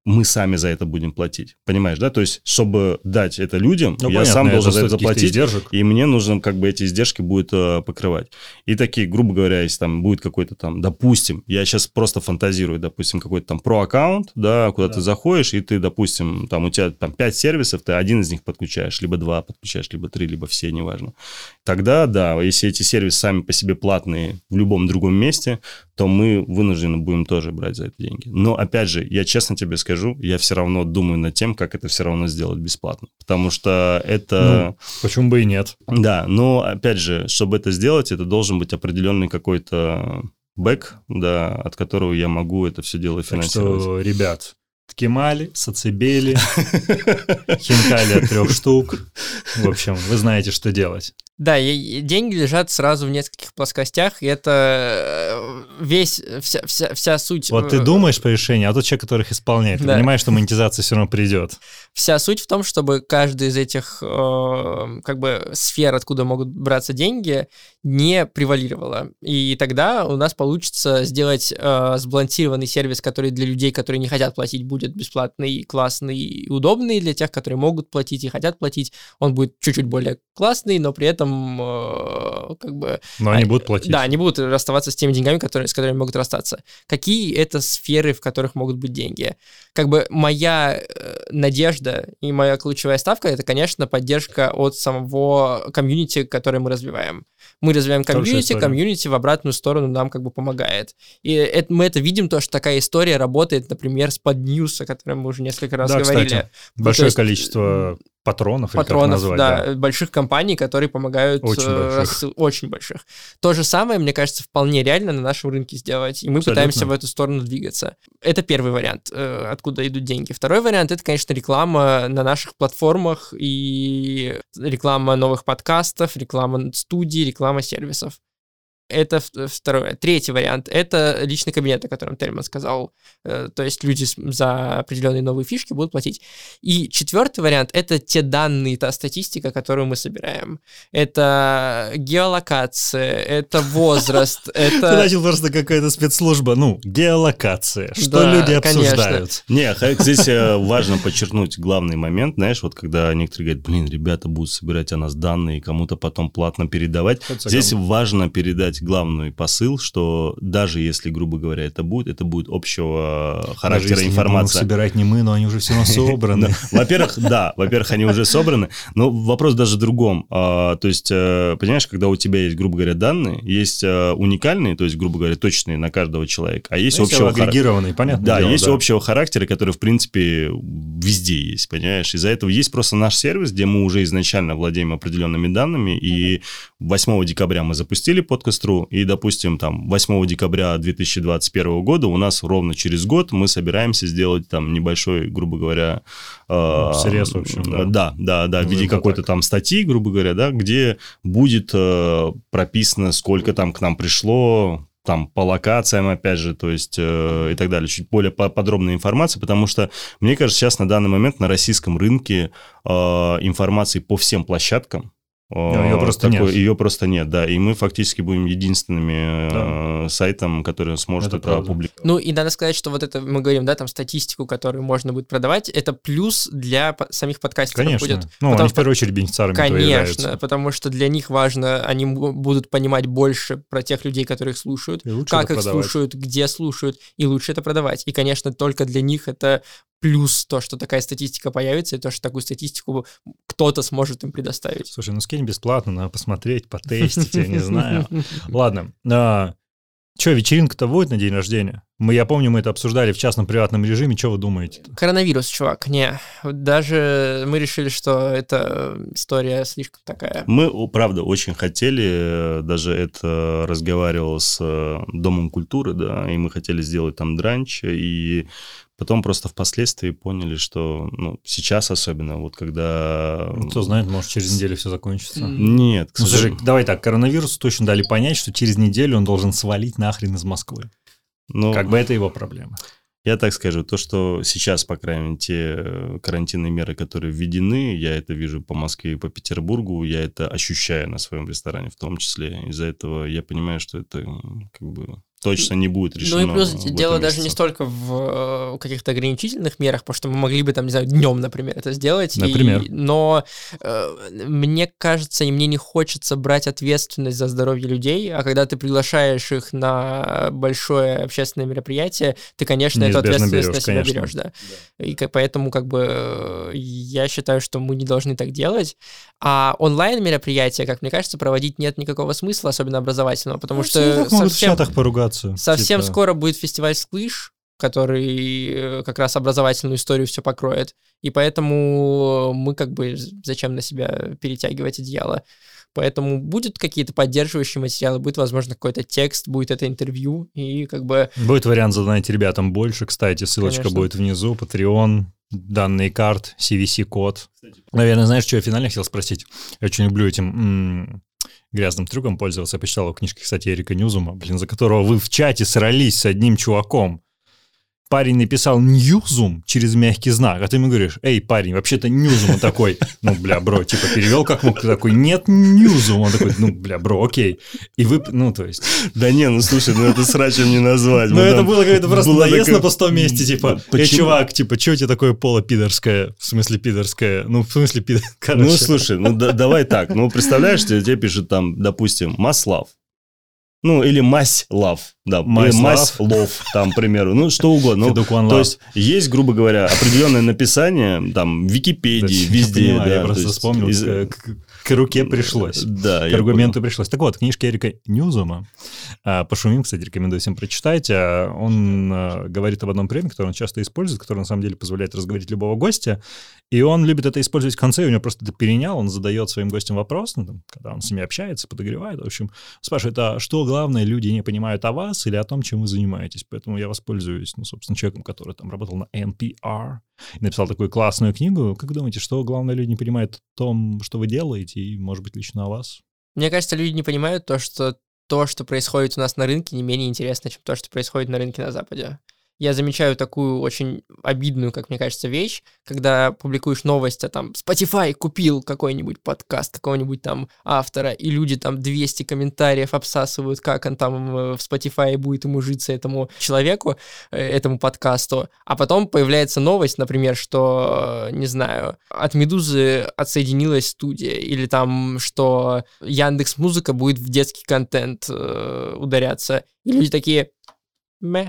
мы сами за это будем платить. Понимаешь, да? То есть, чтобы дать это людям, я понятно, сам должен за это заплатить, заплатить, и мне нужно как бы эти издержки будет покрывать. И такие, грубо говоря, если там будет какой-то там, допустим, я сейчас просто фантазирую, допустим, какой-то там про-аккаунт, да, куда ты заходишь, и ты, допустим, там у тебя там 5 сервисов, ты один из них подключаешь, либо 2 подключаешь, либо 3, либо все, неважно. Тогда, да, если эти сервисы сами по себе платные в любом другом месте, то мы вынуждены будем тоже брать за это деньги. Но, опять же, я честно тебе скажу, я все равно думаю над тем, как это все равно сделать бесплатно. Потому что это... Ну, почему бы и нет? Да, но, опять же, чтобы это сделать, это должен быть определенный какой-то бэк, да, от которого я могу это все дело финансировать. Так что, ребят, Ткемали, Сацебели, Хинкали от 3 штук. В общем, вы знаете, что делать. Да, и деньги лежат сразу в нескольких плоскостях, и это вся суть... Вот ты думаешь по решению, а тот человек, который их исполняет, ты понимаешь, что монетизация все равно придет. Вся суть в том, чтобы каждый из этих как бы сфер, откуда могут браться деньги, не превалировала. И тогда у нас получится сделать сбалансированный сервис, который для людей, которые не хотят платить, будет бесплатный, классный и удобный. Для тех, которые могут платить и хотят платить, он будет чуть-чуть более классный, но при этом как бы... Но они будут платить. Да, они будут расставаться с теми деньгами, с которыми могут расстаться. Какие это сферы, в которых могут быть деньги? Как бы моя надежда и моя ключевая ставка — это, конечно, поддержка от самого комьюнити, которое мы развиваем. Мы развиваем комьюнити в обратную сторону нам как бы помогает. И мы это видим, то, что такая история работает, например, с Podnews, о котором мы уже несколько раз говорили. Кстати, большое количество патронов, или как назвать, да, больших компаний, которые помогают очень больших. То же самое, мне кажется, вполне реально на нашем рынке сделать, и мы пытаемся в эту сторону двигаться. Это первый вариант, откуда идут деньги. Второй вариант — это, конечно, реклама на наших платформах и реклама новых подкастов, реклама студий, реклама сервисов. Это второе. Третий вариант — это личный кабинет, о котором Тельман сказал. То есть люди за определенные новые фишки будут платить. И четвертый вариант — это те данные, та статистика, которую мы собираем. Это геолокация, это возраст, это... Ты начал просто какая-то спецслужба. Ну, геолокация. Что люди обсуждают? Не, здесь важно подчеркнуть главный момент. Знаешь, вот когда некоторые говорят, ребята будут собирать о нас данные, кому-то потом платно передавать. Здесь важно передать главный посыл, что даже если, грубо говоря, это будет общего характера информация. Собирать не мы, но они уже все равно собраны. Во-первых, они уже собраны, но вопрос даже в другом. То есть, понимаешь, когда у тебя есть, грубо говоря, данные, есть уникальные, то есть, грубо говоря, точные на каждого человека, а есть общего агрегированные, понятно. Да, есть общего характера, который, в принципе, везде есть, понимаешь? Из-за этого есть просто наш сервис, где мы уже изначально владеем определенными данными, и 8 декабря мы запустили подкаст.ру, и, допустим, там 8 декабря 2021 года у нас ровно через год мы собираемся сделать там небольшой, грубо говоря... срез, в общем, да, в виде какой-то там статьи, грубо говоря, да, где будет прописано, сколько там к нам пришло, там по локациям, опять же, то есть и так далее, чуть более подробная информация, потому что, мне кажется, сейчас на данный момент на российском рынке информации по всем площадкам ее просто нет, да, и мы фактически будем единственными сайтом, который сможет это опубликовать. Ну, и надо сказать, что вот это, мы говорим, да, там статистику, которую можно будет продавать, это плюс для самих подкастеров. Конечно, будет. Они в первую очередь бенефициарами являются. Конечно, потому что для них важно, они будут понимать больше про тех людей, которые их слушают, как их слушают, где слушают, и лучше это продавать. И, конечно, только для них это плюс то, что такая статистика появится, и то, что такую статистику кто-то сможет им предоставить. Слушай, скинь бесплатно, надо посмотреть, потестить, я не знаю. Ладно. Что, вечеринка-то будет на день рождения? Я помню, мы это обсуждали в частном приватном режиме. Что вы думаете? Коронавирус, чувак, не. Даже мы решили, что эта история слишком такая. Мы, правда, очень хотели, даже это разговаривал с Домом культуры, да, и мы хотели сделать там дранч, и потом просто впоследствии поняли, что, сейчас особенно, вот когда... Кто знает, может, через неделю все закончится. Нет, к сожалению. Слушай, давай так, коронавирусу точно дали понять, что через неделю он должен свалить нахрен из Москвы. Как бы это его проблема. Я так скажу, то, что сейчас, по крайней мере, те карантинные меры, которые введены, я это вижу по Москве и по Петербургу, я это ощущаю на своем ресторане в том числе. Из-за этого я понимаю, что это как бы... точно не будет решено. Ну и плюс дело даже не столько в каких-то ограничительных мерах, потому что мы могли бы, там, не знаю, днем, например, это сделать. Например. Но мне кажется, и мне не хочется брать ответственность за здоровье людей, а когда ты приглашаешь их на большое общественное мероприятие, ты, конечно, эту ответственность на себя берешь, да. И поэтому, как бы, я считаю, что мы не должны так делать. А онлайн-мероприятия, как мне кажется, проводить нет никакого смысла, особенно образовательного, потому что могут в чатах поругаться. Совсем скоро будет фестиваль «Слыш», который как раз образовательную историю все покроет, и поэтому мы как бы зачем на себя перетягивать одеяло. Поэтому будут какие-то поддерживающие материалы, будет, возможно, какой-то текст, будет это интервью, и как бы... Будет вариант задонатить ребятам больше, кстати, ссылочка Конечно. будет внизу, Patreon, данные карт, CVC-код. Наверное, знаешь, что я финально хотел спросить? Я очень люблю этим грязным трюком пользоваться. Я почитал в книжке, кстати, Эрика Ньюзума, за которого вы в чате срались с одним чуваком. Парень написал «Ньюзум» через мягкий знак, а ты ему говоришь: «Эй, парень, вообще-то Ньюзум». Он такой: «Ну, бля, бро», типа перевел как мог, такой: «Нет, Ньюзум». Он такой: «Ну, бля, бро, окей». И вы, ну, то есть... Да не, ну, слушай, ну, это срачем не назвать. Ну, это было какое-то просто наезд на пустом месте, типа: «Эй, чувак, типа, что у тебя такое поло пидорское?» В смысле пидорское? Ну, в смысле пидорское. Ну, слушай, ну, давай так. Ну, представляешь, тебе пишет там, допустим, Маслав. Ну, или Мась Лав, да, Мась Лов, там, к примеру, ну, что угодно. Ну, то есть, есть, грубо говоря, определенное написание, там, в Википедии, везде. Я понимаю, я просто вспомнил, к руке пришлось, к аргументу пришлось. Так вот, книжка Эрика Ньюзума, «Пошумим», кстати, рекомендую всем прочитать. Он говорит об одном приеме, который он часто использует, который, на самом деле, позволяет разговорить любого гостя, и он любит это использовать в конце, и у него просто это перенял, он задает своим гостям вопрос, ну, там, когда он с ними общается, подогревает, в общем, спрашивает: а что главное люди не понимают о вас или о том, чем вы занимаетесь? Поэтому я воспользуюсь, ну, собственно, человеком, который там работал на NPR, и написал такую классную книгу. Как думаете, что главное люди не понимают о том, что вы делаете, и, может быть, лично о вас? Мне кажется, люди не понимают то, что происходит у нас на рынке, не менее интересно, чем то, что происходит на рынке на Западе. Я замечаю такую очень обидную, как мне кажется, вещь, когда публикуешь новость, а там Spotify купил какой-нибудь подкаст какого-нибудь там автора, и люди там 200 комментариев обсасывают, как он там в Spotify будет ему житься, этому человеку, этому подкасту. А потом появляется новость, например, что, не знаю, от «Медузы» отсоединилась студия, или там, что Яндекс.Музыка будет в детский контент ударяться. И люди такие: мэ.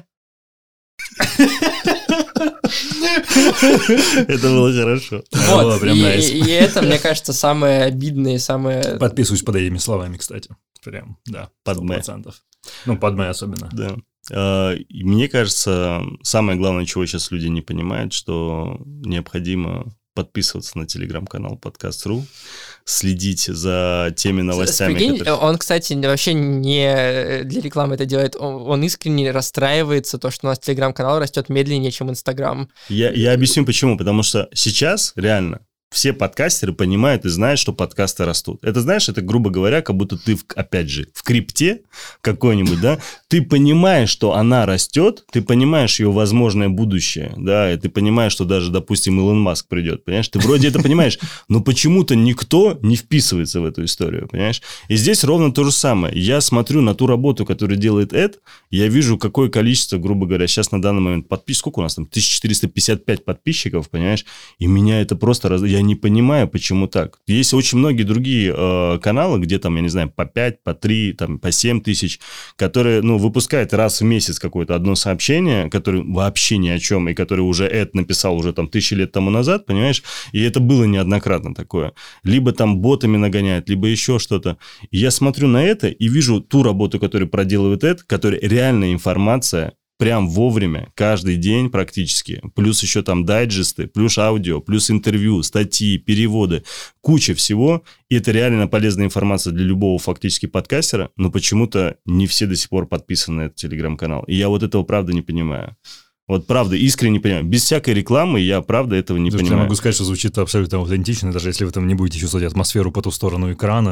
Это было хорошо. Вот, и это, мне кажется, самое обидное и самое... Подписываюсь под этими словами, кстати. Прям, да, под 100%. Ну, под мэ особенно. Да. И мне кажется, самое главное, чего сейчас люди не понимают, что необходимо подписываться на телеграм-канал Подкаст.ру, следить за теми новостями, которые... Он, кстати, вообще не для рекламы это делает. Он искренне расстраивается, то, что у нас телеграм-канал растет медленнее, чем Инстаграм. Я объясню, почему. Потому что сейчас, реально, все подкастеры понимают и знают, что подкасты растут. Это, знаешь, это, грубо говоря, как будто ты, опять же, в крипте какой-нибудь, да, ты понимаешь, что она растет, ты понимаешь ее возможное будущее, да, и ты понимаешь, что даже, допустим, Илон Маск придет, понимаешь, ты вроде это понимаешь, но почему-то никто не вписывается в эту историю, понимаешь, и здесь ровно то же самое. Я смотрю на ту работу, которую делает Эд, я вижу, какое количество, грубо говоря, сейчас на данный момент подписчиков, сколько у нас там, 1455 подписчиков, понимаешь, и меня это просто... Я не понимаю, почему так. Есть очень многие другие каналы, где там, я не знаю, по 5, по 3, там, по 7 тысяч, которые, ну, выпускают раз в месяц какое-то одно сообщение, которое вообще ни о чем, и которое уже Эд написал уже там 1000 лет тому назад, понимаешь? И это было неоднократно такое. Либо там ботами нагоняют, либо еще что-то. И я смотрю на это и вижу ту работу, которую проделывает Эд, которая реальная информация, прям вовремя, каждый день практически, плюс еще там дайджесты, плюс аудио, плюс интервью, статьи, переводы, куча всего, и это реально полезная информация для любого фактически подкастера, но почему-то не все до сих пор подписаны на этот телеграм-канал, и я вот этого правда не понимаю. Вот правда, искренне не понимаю. Без всякой рекламы я правда этого не понимаю. Я могу сказать, что звучит абсолютно аутентично, даже если вы там не будете чувствовать атмосферу по ту сторону экрана.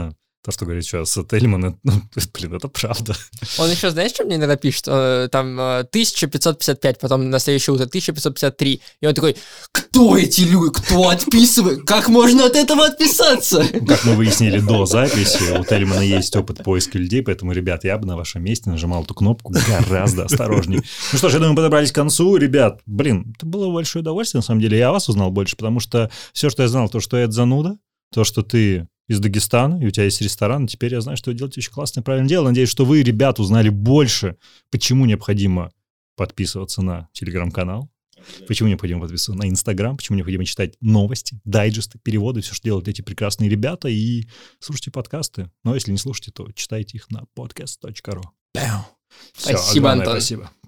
То, что говорит сейчас Тельман, это правда. Он еще, знаешь, что мне иногда пишет? Там 1555, потом на следующее утро 1553. И он такой, кто эти люди? Кто отписывает? Как можно от этого отписаться? Как мы выяснили до записи, у Тельмана есть опыт поиска людей, поэтому, ребят, я бы на вашем месте нажимал эту кнопку гораздо осторожнее. Ну что ж, я думаю, мы подобрались к концу. Ребят, это было большое удовольствие, на самом деле. Я вас узнал больше, потому что все, что я знал, то, что Эд зануда, то, что ты из Дагестана, и у тебя есть ресторан, теперь я знаю, что вы делаете очень классное, правильное дело. Надеюсь, что вы, ребят, узнали больше, почему необходимо подписываться на телеграм-канал, почему необходимо подписываться на Инстаграм, почему необходимо читать новости, дайджесты, переводы, все, что делают эти прекрасные ребята, и слушайте подкасты. Но если не слушаете, то читайте их на podcast.ru. Спасибо, Антон. Спасибо.